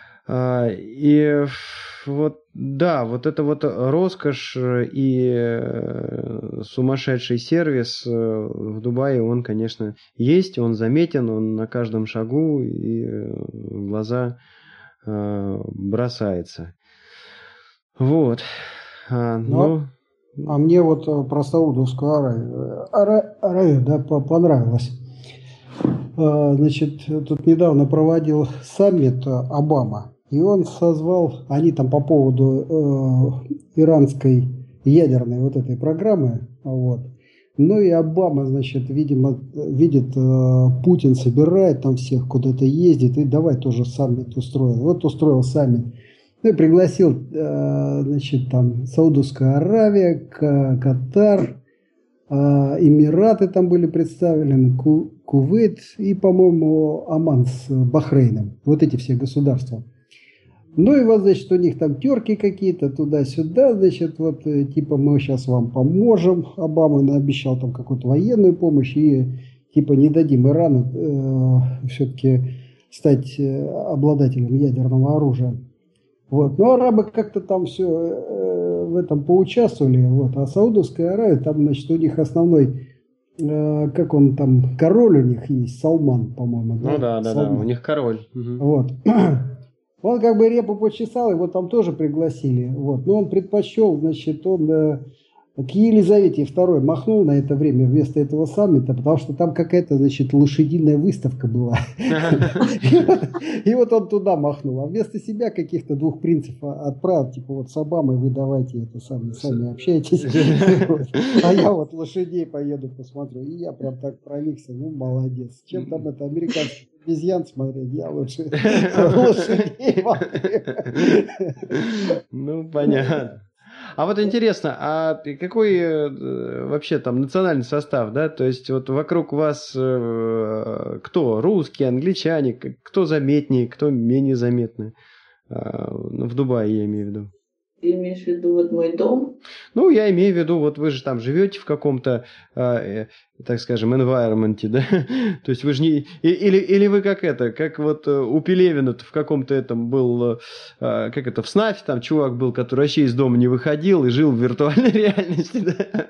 И вот, да, вот это вот роскошь и сумасшедший сервис в Дубае, он, конечно, есть, он заметен, он на каждом шагу и в глаза бросается. Вот. А мне вот про Саудовскую Аравию, да, понравилось. Значит, тут недавно проводил саммит Обама, и он созвал, они там по поводу иранской ядерной вот этой программы, вот. Ну и Обама, значит, видимо, видит, Путин собирает там всех, куда-то ездит, и давай тоже саммит устроил. Вот устроил саммит. Ну и пригласил, значит, там Саудовская Аравия, Катар, Эмираты там были представлены, Кувейт и, по-моему, Оман с Бахрейном. Вот эти все государства. Ну и вот, значит, у них там терки какие-то туда-сюда, значит, вот типа мы сейчас вам поможем. Обама обещал там какую-то военную помощь и типа не дадим Ирану все-таки стать обладателем ядерного оружия. Вот. Но арабы как-то там все в этом поучаствовали. Вот. А Саудовская Аравия, там, значит, у них основной, как он там, король у них есть, Салман, по-моему. Ну да, у них король. Угу. Вот. Он как бы репу почесал, его там тоже пригласили. Вот. Но он предпочел, значит, он к Елизавете II махнул на это время вместо этого саммита, потому что там какая-то, значит, лошадиная выставка была. И вот он туда махнул. А вместо себя каких-то 2 принцев отправил, типа вот с Обамой вы давайте это сами общайтесь. А я вот лошадей поеду посмотрю. И я прям так проникся, ну молодец. Чем там это американский обезьян смотреть, я лучше лошадей смотрю. Ну, понятно. А вот интересно, а какой вообще там национальный состав, да? То есть вот вокруг вас кто? Русские, англичане? Кто заметнее, кто менее заметный? В Дубае, я имею в виду. Ты имеешь в виду вот мой дом? Ну, я имею в виду, вот вы же там живете в каком-то, так скажем, environment, да? То есть вы же не... Или вы как это, как вот у Пелевина в каком-то этом был, как это, в СНАФе там чувак был, который вообще из дома не выходил и жил в виртуальной реальности, да?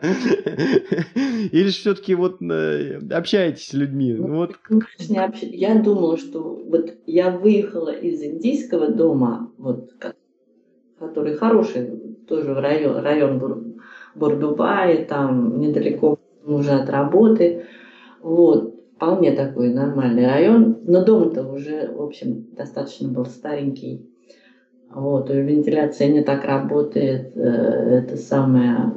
Или же все-таки вот общаетесь с людьми? Ну, Вот. конечно, я думала, что вот я выехала из индийского дома, вот, который хороший, тоже район Бурдубай, там недалеко уже от работы. Вот, вполне такой нормальный район. Но дом-то уже, в общем, достаточно был старенький. Вот, и вентиляция не так работает, это самое,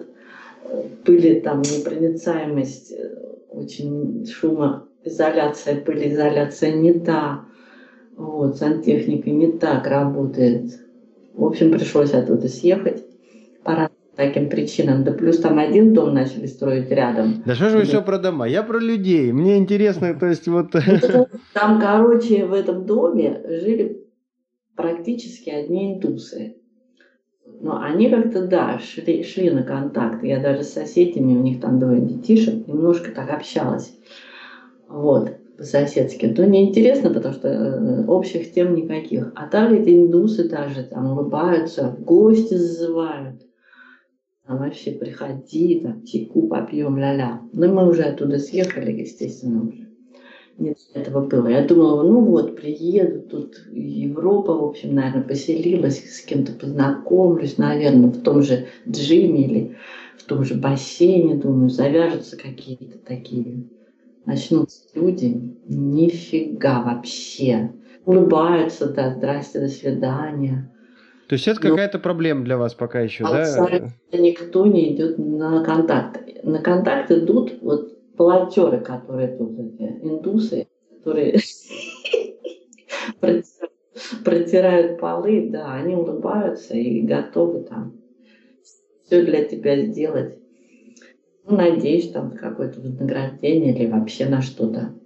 пыли там непроницаемость, очень шумоизоляция, пылеизоляция не та. Вот, сантехника не так работает. В общем, пришлось оттуда съехать по разным таким причинам. Да плюс там один дом начали строить рядом. Да что же вы все про дома? Я про людей. Мне интересно, то есть вот... Там, короче, в этом доме жили практически одни индусы. Но они как-то, да, шли на контакт. Я даже с соседями, у них там 2 детишек, немножко так общалась. Вот, по-соседски. То неинтересно, потому что общих тем никаких. А так эти индусы даже там улыбаются, в гости зазывают. Там вообще приходи, там чайку попьем, ля-ля. Но мы уже оттуда съехали, естественно, уже. Нет, этого было. Я думала, ну вот, приеду, тут Европа, в общем, наверное, поселилась, с кем-то познакомлюсь, наверное, в том же джиме или в том же бассейне, думаю, завяжутся какие-то такие, начнутся люди. Нифига вообще. Улыбаются, да, здрасте, до свидания. То есть это какая-то проблема для вас пока еще, да? Никто не идет на контакт. На контакт идут вот волонтеры, которые тут, эти индусы, которые протирают полы, да, они улыбаются и готовы там все для тебя сделать. Ну, надеюсь, там какое-то вознаграждение или вообще на что-то.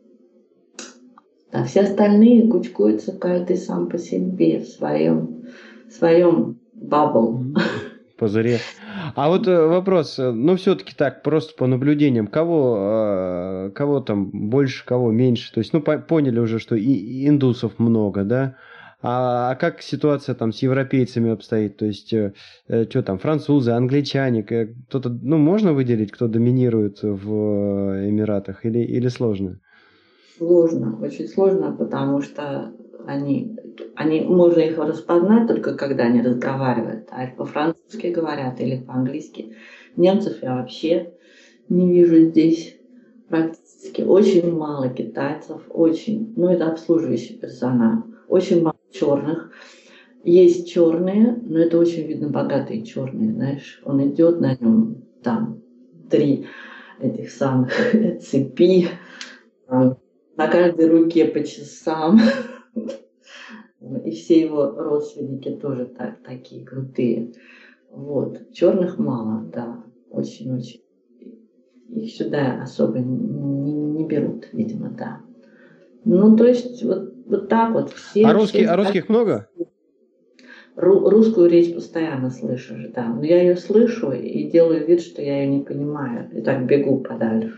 А все остальные кучкуются каждый сам по себе в своем бабл. Пузыре. А вот вопрос, ну все-таки так, просто по наблюдениям, кого там больше, кого меньше? То есть, ну поняли уже, что и индусов много, да? А как ситуация там с европейцами обстоит? То есть, что там, французы, англичане, кто-то, ну можно выделить, кто доминирует в Эмиратах или сложно? Сложно, очень сложно, потому что они, можно их распознать только когда они разговаривают, а по-французски говорят или по-английски. Немцев я вообще не вижу здесь практически. Очень мало китайцев, очень, ну это обслуживающий персонал. Очень мало черных. Есть черные, но это очень видно богатые черные, знаешь. Он идет на нем, там 3 этих самых цепи, на каждой руке по часам. И все его родственники тоже такие крутые. Вот. Черных мало, да, очень-очень. Их сюда особо не берут, видимо, да. Ну, то есть, вот так вот. А русских много? Русскую речь постоянно слышишь, да. Но я ее слышу и делаю вид, что я ее не понимаю. И так бегу подальше.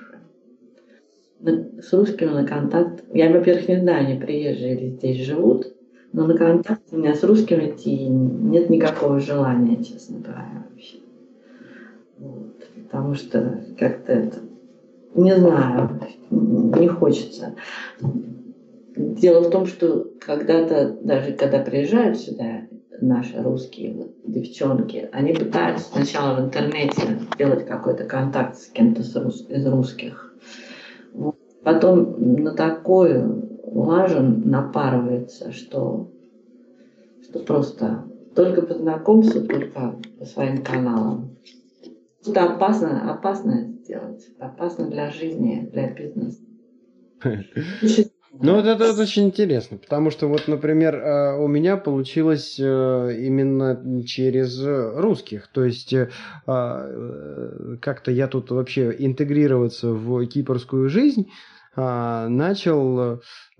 С русскими на контакт. Я, во-первых, не знаю, они приезжие или здесь живут, но на контакт у меня с русскими идти нет никакого желания, честно говоря, вообще. Вот. Потому что как-то это, не знаю, не хочется. Дело в том, что когда-то, даже когда приезжают сюда наши русские вот, девчонки, они пытаются сначала в интернете сделать какой-то контакт с кем-то из русских. Потом на такую лажу напарывается, что просто только по знакомству, только по своим каналам. Это опасно это делать. Опасно для жизни, для бизнеса. Ну, вот это очень интересно, потому что вот, например, у меня получилось именно через русских, то есть как-то я тут вообще интегрироваться в кипрскую жизнь начал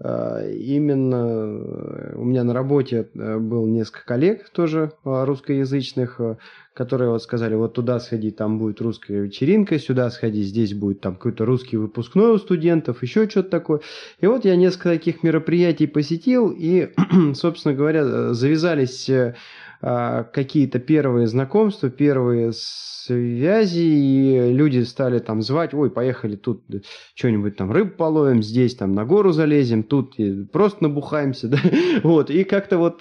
именно... У меня на работе был несколько коллег тоже русскоязычных, которые вот сказали, вот туда сходи, там будет русская вечеринка, сюда сходи, здесь будет там какой-то русский выпускной у студентов, еще что-то такое. И вот я несколько таких мероприятий посетил, и, собственно говоря, завязались какие-то первые знакомства, первые связи, и люди стали там звать, ой, поехали тут что-нибудь там рыбу половим, здесь там на гору залезем, тут просто набухаемся, да, вот, и как-то вот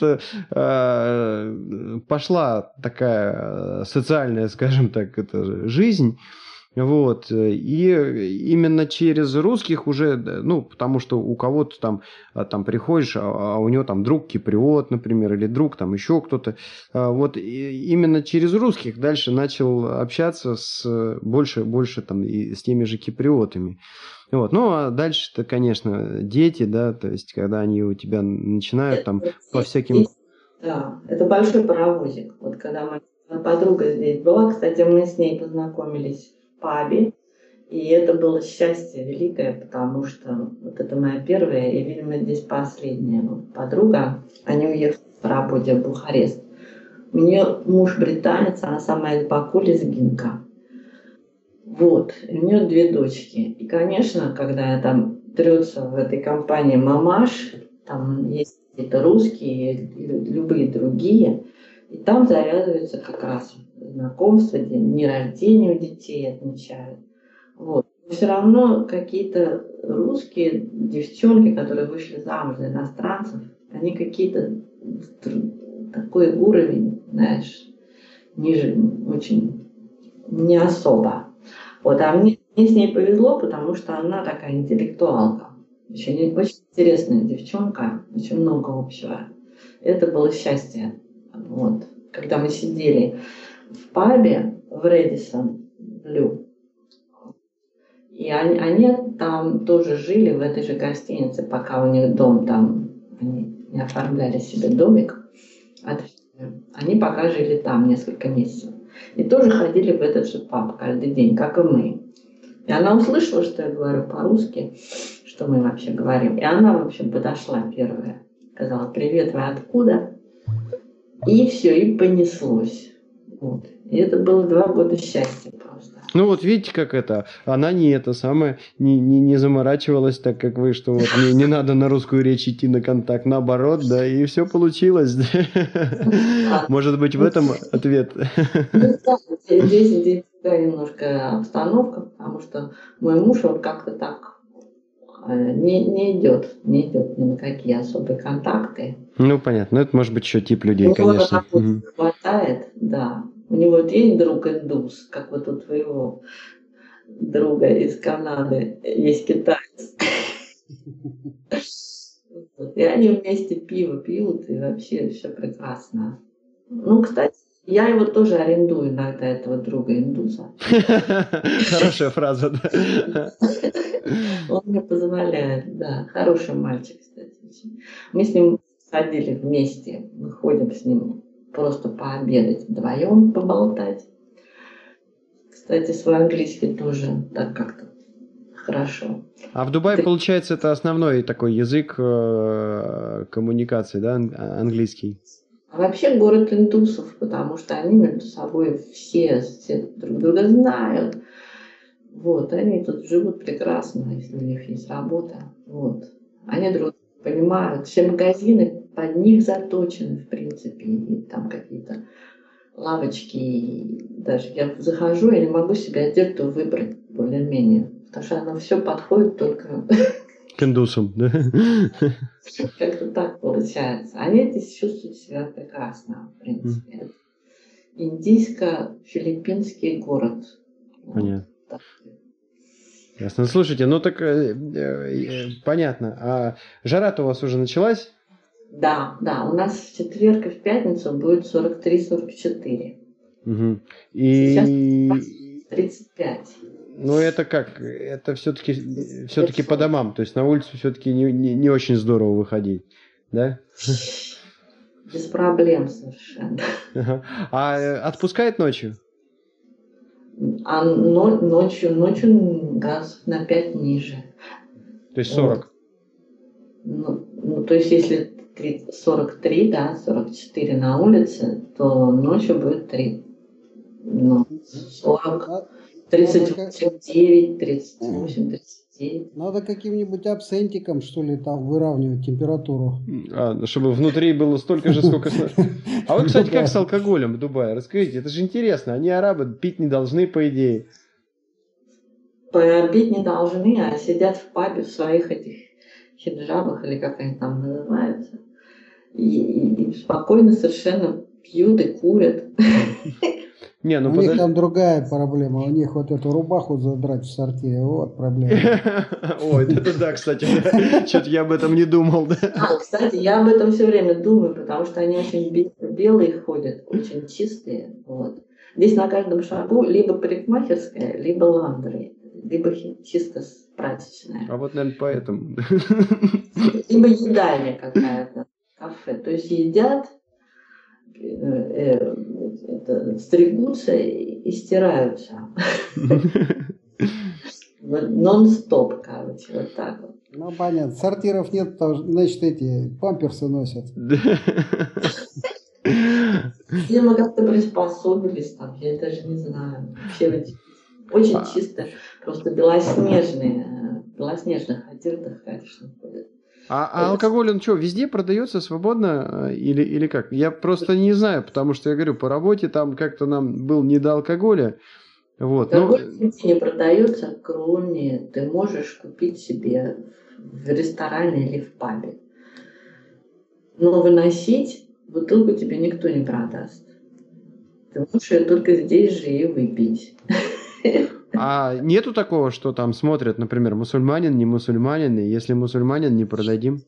пошла такая социальная, скажем так, это жизнь. Вот, и именно через русских уже, ну, потому что у кого-то там приходишь, а у него там друг киприот, например, или друг там еще кто-то, вот, и именно через русских дальше начал общаться с больше там и с теми же киприотами. Вот, ну, а дальше-то, конечно, дети, да, то есть, когда они у тебя начинают там по всяким... Да, это большой паровозик. Вот когда моя подруга здесь была, кстати, мы с ней познакомились пабе, и это было счастье великое, потому что вот это моя первая и, видимо, здесь последняя подруга. Они уехали по работе в Бухарест. У нее муж британец, она сама из Баку, лезгинка. Вот, и у нее 2 дочки. И, конечно, когда я там трется в этой компании мамаш, там есть какие-то русские и любые другие, и там завязываются как раз знакомства, дни рождения у детей отмечают. Вот. Все равно какие-то русские девчонки, которые вышли замуж за иностранцев, они какие-то такой уровень, знаешь, ниже очень не особо. Вот, а мне с ней повезло, потому что она такая интеллектуалка. Очень интересная девчонка, очень много общего. Это было счастье. Вот. Когда мы сидели в пабе в Рэдисон Блю, и они там тоже жили в этой же гостинице, пока у них дом там, они не оформляли себе домик. Они пока жили там несколько месяцев. И тоже ходили в этот же паб каждый день, как и мы. И она услышала, что я говорю по-русски, что мы вообще говорим. И она, в общем, подошла первая. Сказала: «Привет, вы откуда?» И все, и понеслось. Вот. И это было 2 года счастья просто. Ну вот видите, как это, она не заморачивалась так, как вы, что вот не надо на русскую речь идти на контакт, наоборот, да, и все получилось. Может быть, в этом ответ. Здесь немножко обстановка, потому что мой муж, он как-то так не идет ни на какие особые контакты. Ну, понятно, это может быть еще тип людей, конечно. У него хватает, да. У него вот есть друг индус, как вот у твоего друга из Канады есть китаец. И они вместе пиво пьют, и вообще все прекрасно. Ну, кстати, я его тоже арендую иногда, этого друга индуса. Хорошая фраза, да. Он мне позволяет, да. Хороший мальчик, кстати. Мы с ним ходили вместе, мы ходим с ним просто пообедать вдвоем, поболтать. Кстати, свой английский тоже так как-то хорошо. А в Дубае, получается, это основной такой язык коммуникации, да, английский? А вообще город индусов, потому что они между собой все друг друга знают. Вот, они тут живут прекрасно, если у них есть работа. Вот. Они друг друга понимают. Все магазины под них заточены, в принципе. И там какие-то лавочки. И даже я захожу, я не могу себе одежду выбрать более-менее. Потому что оно все подходит только... К индусам, да? Как-то так получается. Они здесь чувствуют себя прекрасно, в принципе. Индийско-филиппинский город. Понятно. Ясно. Слушайте, ну так понятно. А жара-то у вас уже началась? Да. У нас в четверг и в пятницу будет 43-44. Угу. Сейчас 35. Ну это как? Это все-таки по домам. То есть на улицу все-таки не очень здорово выходить, да? Без проблем совершенно. А отпускает ночью? А ночью градусов на 5 ниже. То есть 40. То есть если 43, да, 44 на улице, то ночью будет 3. 40, 38, 9, 38, 39. Надо каким-нибудь абсентиком, что ли, там выравнивать температуру. Чтобы внутри было столько же, сколько... А вы, кстати, как с алкоголем в Дубае? Расскажите, это же интересно. Они, арабы, пить не должны, по идее. Пить не должны, а сидят в пабе в своих этих хиджабах, или как они там называются. И спокойно совершенно пьют и курят. Не, у них там другая проблема. У них вот эту рубаху задрать в сортире, вот проблема. Ой, это да, кстати. Что-то я об этом не думал. Кстати, я об этом все время думаю, потому что они очень белые ходят, очень чистые. Вот. Здесь на каждом шагу либо парикмахерская, либо ландри, либо чисто прачечная. А вот, наверное, поэтому. Либо едальня какая-то, кафе. То есть едят, стригутся и стираются. Нон-стоп, короче, вот так вот. Ну, понятно. Сортиров нет, значит, эти памперсы носят. Видимо, как-то приспособились там, я даже не знаю. Вообще очень чисто, просто белоснежные, в белоснежных одеждах, конечно, ходят. А алкоголь, он что, везде продается свободно или как? Я просто не знаю, потому что я говорю, по работе там как-то нам был не до алкоголя. Вот, алкоголь не продается, кроме ты можешь купить себе в ресторане или в пабе. Но выносить бутылку тебе никто не продаст. Ты можешь ее только здесь же и выпить. А нету такого, что там смотрят, например, мусульманин, не мусульманин, и если мусульманин, не продадим?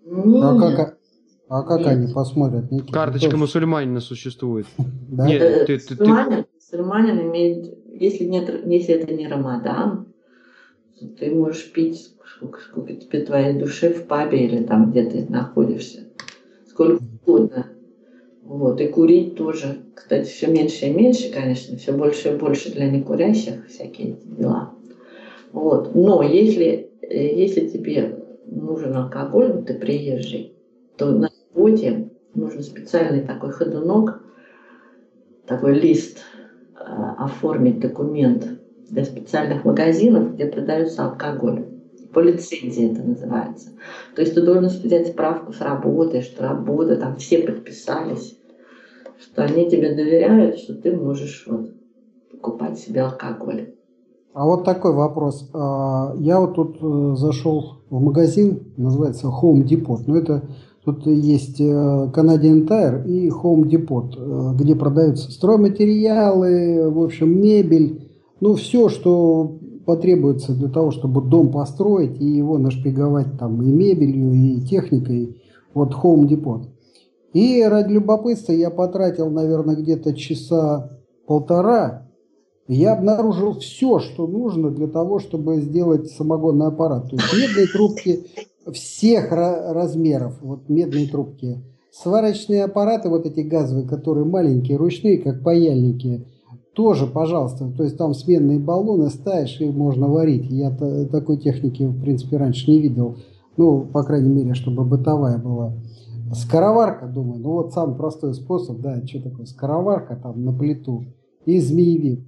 Нет. А как они посмотрят? Никита? Карточка мусульманина существует. Да? Нет, мусульманин имеет, если это не Рамадан, то ты можешь пить сколько тебе твоей душе в пабе или там, где ты находишься. Сколько угодно. Вот, и курить тоже. Кстати, все меньше и меньше, конечно, все больше и больше для некурящих всякие эти дела. Вот. Но если тебе нужен алкоголь, ты приезжий, то на заводе нужен специальный такой ходунок, такой лист, оформить документ для специальных магазинов, где продается алкоголь. По лицензии это называется. То есть ты должен взять справку с работы, что работа, там все подписались, что они тебе доверяют, что ты можешь покупать себе алкоголь. А вот такой вопрос. Я вот тут зашел в магазин, называется Home Depot. Но это тут есть Canadian Tire и Home Depot, где продаются стройматериалы, в общем, мебель. Ну, все, что потребуется для того, чтобы дом построить и его нашпиговать там и мебелью, и техникой. Вот Home Depot. И ради любопытства я потратил, наверное, где-то часа полтора. Я обнаружил все, что нужно для того, чтобы сделать самогонный аппарат. То есть медные трубки всех размеров, вот медные трубки. Сварочные аппараты, вот эти газовые, которые маленькие, ручные, как паяльники, тоже, пожалуйста. То есть там сменные баллоны ставишь и можно варить. Я такой техники, в принципе, раньше не видел. Ну, по крайней мере, чтобы бытовая была. Скороварка, думаю, ну вот самый простой способ, да, что такое скороварка там на плиту и змеевик.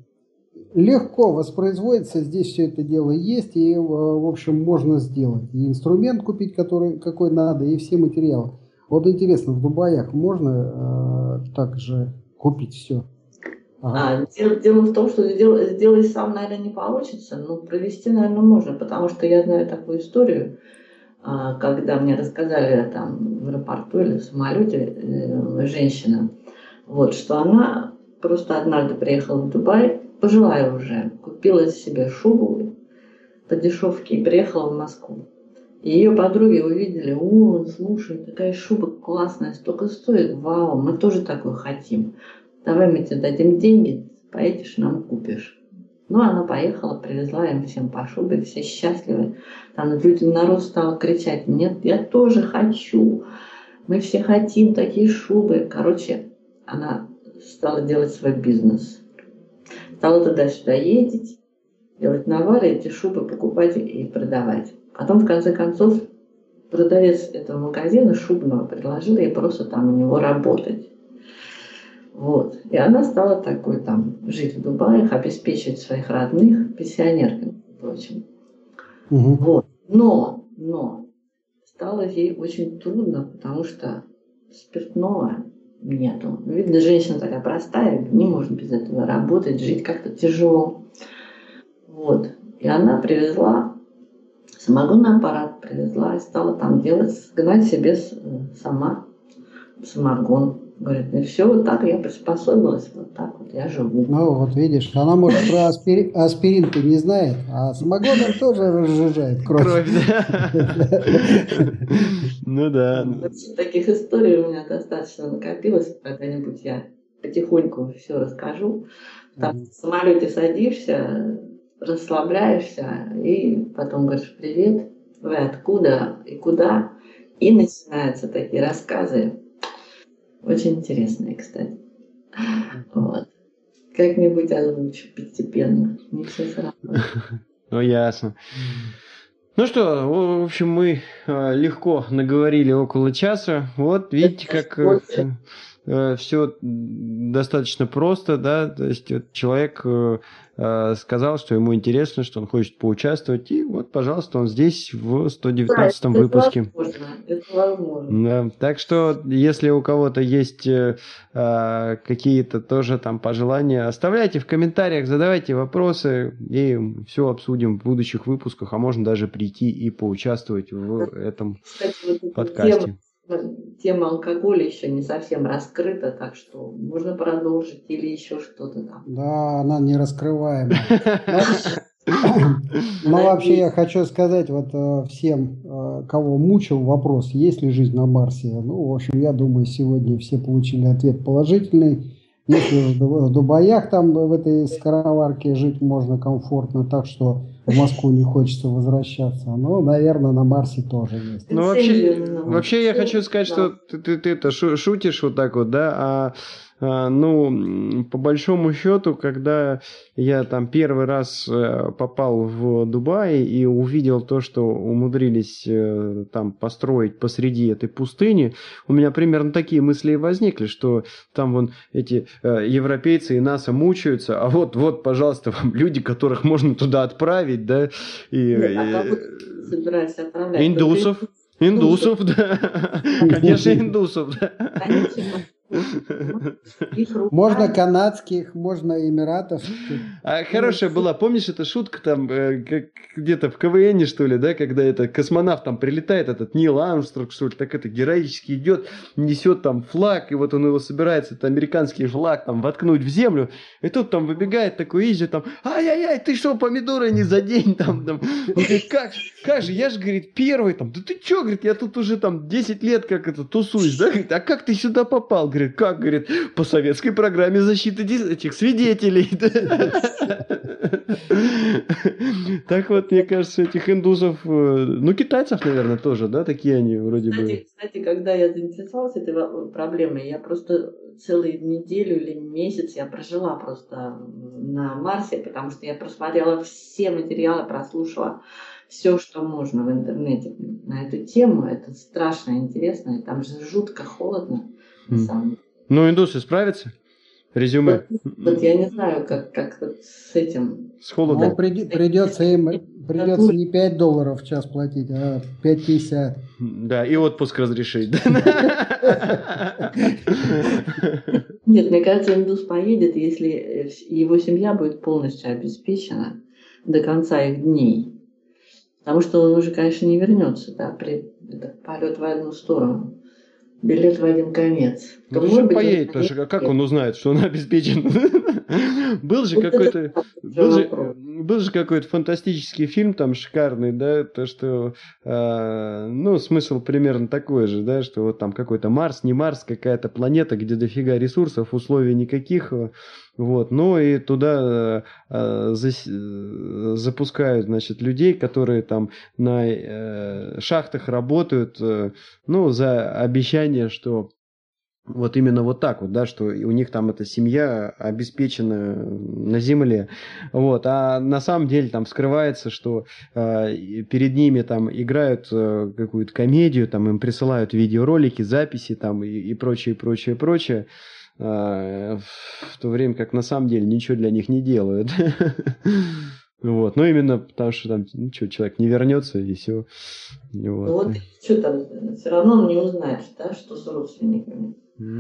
Легко воспроизводится, здесь все это дело есть, и, в общем, можно сделать. И инструмент купить, какой надо, и все материалы. Вот интересно, в Дубаях можно также купить все? Ага. Дело в том, что сделать сам, наверное, не получится, но провести, наверное, можно, потому что я знаю такую историю, когда мне рассказали там в аэропорту или в самолете женщина, вот, что она просто однажды приехала в Дубай, пожилая уже, купила себе шубу по дешевке и приехала в Москву. И ее подруги увидели: о, слушай, такая шуба классная, столько стоит, вау, мы тоже такую хотим. Давай мы тебе дадим деньги, поедешь, нам купишь. Ну, она поехала, привезла им всем по шубе, все счастливы. Там народ стал кричать: нет, я тоже хочу, мы все хотим такие шубы. Короче, она стала делать свой бизнес. Стала туда-сюда ездить, делать навары, эти шубы покупать и продавать. Потом, в конце концов, продавец этого магазина шубного предложил ей просто там у него работать. Вот. И она стала такой там жить в Дубае, обеспечивать своих родных, пенсионерками, впрочем. Вот. Но стало ей очень трудно, потому что спиртного нету. Видно, женщина такая простая, не может без этого работать, жить как-то тяжело. Вот. И она привезла самогонный аппарат, привезла и стала там делать, гнать себе сама самогон. Говорит, и все, вот так я приспособилась, вот так вот я живу. Ну, вот видишь, она, может, про аспирин-то не знает, а самогоном тоже разжижает кровь. Ну да. Таких историй у меня достаточно накопилось, когда-нибудь я потихоньку все расскажу. Там в самолете садишься, расслабляешься, и потом говоришь, привет, вы откуда и куда, и начинаются такие рассказы. Очень интересные, кстати. Вот. Как-нибудь озвучу постепенно. Не все сразу. Ну, ясно. Ну что, в общем, мы легко наговорили около часа. Вот, видите, как все достаточно просто, да, то есть вот человек сказал, что ему интересно, что он хочет поучаствовать, и вот, пожалуйста, он здесь в 119-м выпуске. Это возможно. Да, так что, если у кого-то есть какие-то тоже там пожелания, оставляйте в комментариях, задавайте вопросы, и все обсудим в будущих выпусках, а можно даже прийти и поучаствовать в этом подкасте. Тема алкоголя еще не совсем раскрыта, так что можно продолжить или еще что-то там. Да, она не раскрываема. Но вообще я хочу сказать вот всем, кого мучил вопрос, есть ли жизнь на Марсе. Ну, в общем, я думаю, сегодня все получили ответ положительный. Если в Дубаях там в этой скороварке жить можно комфортно, так что в Москву не хочется возвращаться. Но, наверное, на Марсе тоже есть. Ну, вообще я хочу сказать, что ты это шутишь вот так вот, да, ну, по большому счету, когда я там первый раз попал в Дубай и увидел то, что умудрились там построить посреди этой пустыни, у меня примерно такие мысли и возникли, что там вон эти европейцы и НАСА мучаются, а вот, пожалуйста, вам люди, которых можно туда отправить, да, и... кого ты собираешься отправлять? Индусов, да. Конечно, индусов, да. Можно канадских, можно эмиратовских. Хорошая была, помнишь, эта шутка там где-то в КВН, что ли, да, когда это космонавт там прилетает, этот Нил Армстронг, что ли, так это героически идет, несет там флаг, и вот он его собирается, это американский флаг там воткнуть в землю, и тут там выбегает такой изи, там, ай-яй-яй, ты что, помидоры не задень, там. Он говорит, как же, я же, говорит, первый, там, да ты что, говорит, я тут уже там 10 лет как это тусуюсь, да, говорит, а как ты сюда попал, говорит, как, говорит, по советской программе защиты этих свидетелей. Так вот, мне кажется, этих индусов, ну, китайцев, наверное, тоже, да, такие они вроде бы. Кстати, когда я заинтересовалась этой проблемой, я просто целую неделю или месяц я прожила просто на Марсе, потому что я просмотрела все материалы, прослушала все, что можно в интернете на эту тему. Это страшно интересно, и там же жутко холодно. Ну, индусы справятся? Резюме. Вот я не знаю, как вот с этим. С холодом. Ну, придется им не $5 в час платить, а 5,50. Да, и отпуск разрешить. Нет, мне кажется, индус поедет, если его семья будет полностью обеспечена до конца их дней. Потому что он уже, конечно, не вернется, да, полет в одну сторону. Билет в один конец. Ну, все поедет, потому что как он узнает, что он обеспечен? Был же какой-то фантастический фильм там шикарный, да, то, что, ну, смысл примерно такой же, да, что вот там какой-то Марс, не Марс, какая-то планета, где дофига ресурсов, условий никаких, вот, ну, и туда запускают, значит, людей, которые там на шахтах работают, ну, за обещание, что Вот именно вот так вот, да, что у них там эта семья обеспечена на земле. Вот. А на самом деле там скрывается, что перед ними там играют какую-то комедию, там им присылают видеоролики, записи там и прочее, прочее, прочее. В то время как на самом деле ничего для них не делают. Вот. Ну, именно потому что там человек не вернется и все. Вот что там, все равно он не узнаешь, да, что с родственниками.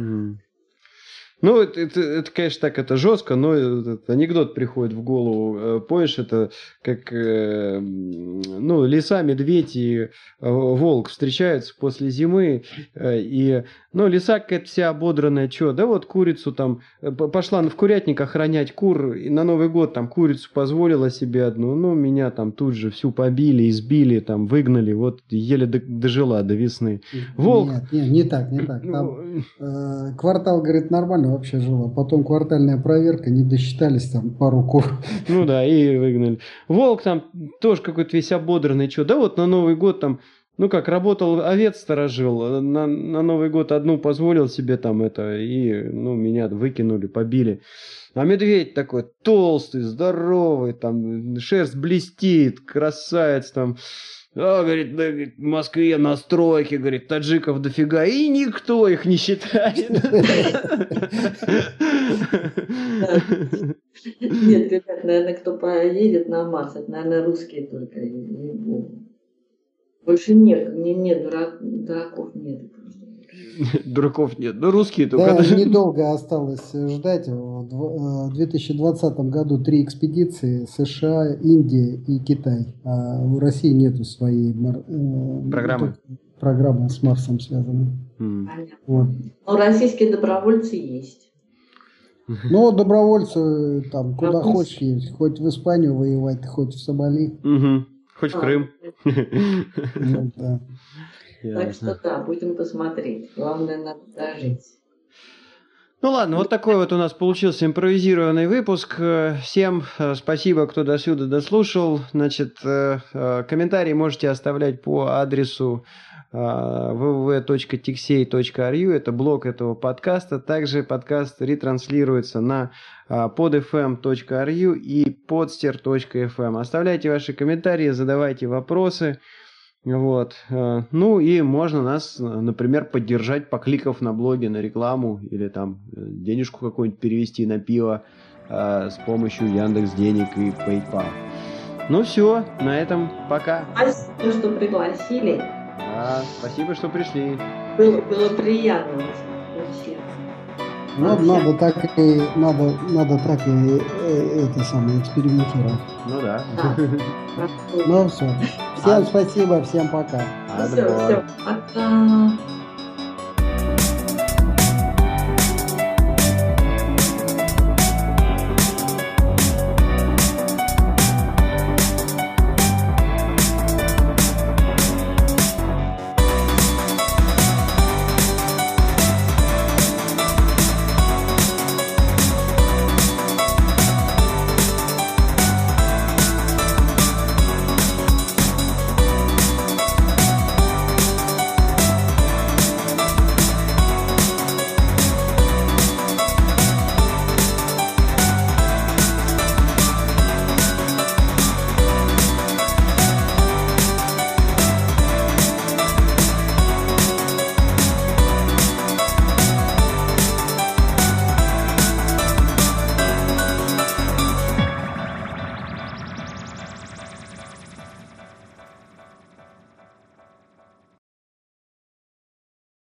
Ну, это, конечно, так это жестко, но этот анекдот приходит в голову. Помнишь, это как лиса, медведь и волк встречаются после зимы, и лиса какая-то вся ободранная, что, да вот курицу там, пошла в курятник охранять кур, и на Новый год там курицу позволила себе одну, меня там тут же всю побили, избили, там выгнали, вот еле дожила до весны. Волк... Нет, не так. Там, квартал, говорит, нормально вообще жила. Потом квартальная проверка, не досчитались там пару кур. Ну да, и выгнали. Волк там тоже какой-то весь ободранный, что, да вот на Новый год там, работал, овец сторожил, на Новый год одну позволил себе там и, меня выкинули, побили. А медведь такой толстый, здоровый, там, шерсть блестит, красавец там. Говорит, в Москве на стройке, говорит, таджиков дофига, и никто их не считает. Нет, ребят, наверное, кто поедет на Марс, это, наверное, русские только. Больше нет дураков нет. Дураков нет, русские только. Да, недолго осталось ждать. В 2020 году 3 экспедиции: США, Индия и Китай. А у России нету своей программы с Марсом связанной. Понятно. Вот. Но российские добровольцы есть. Ну, добровольцы там куда хочешь есть. Хоть в Испанию воевать, хоть в Сомали. Хоть в Крым. Да. Так что да, будем посмотреть. Главное, надо дожить. Ну ладно, вот такой вот у нас получился импровизированный выпуск. Всем спасибо, кто до сюда дослушал. Значит, комментарии можете оставлять по адресу www.tixey.ru. Это блог этого подкаста. Также подкаст ретранслируется на podfm.ru и podster.fm. Оставляйте ваши комментарии, задавайте вопросы. Вот. Ну и можно нас, например, поддержать, покликав на блоге на рекламу или там денежку какую-нибудь перевести на пиво с помощью Яндекс.Денег и PayPal. Ну все, на этом пока. Спасибо, что пригласили. Спасибо, что пришли. Было приятно вообще. Надо так и это самое экспериментировать. Ну да. Ну все. Всем спасибо, всем пока. Все, пока.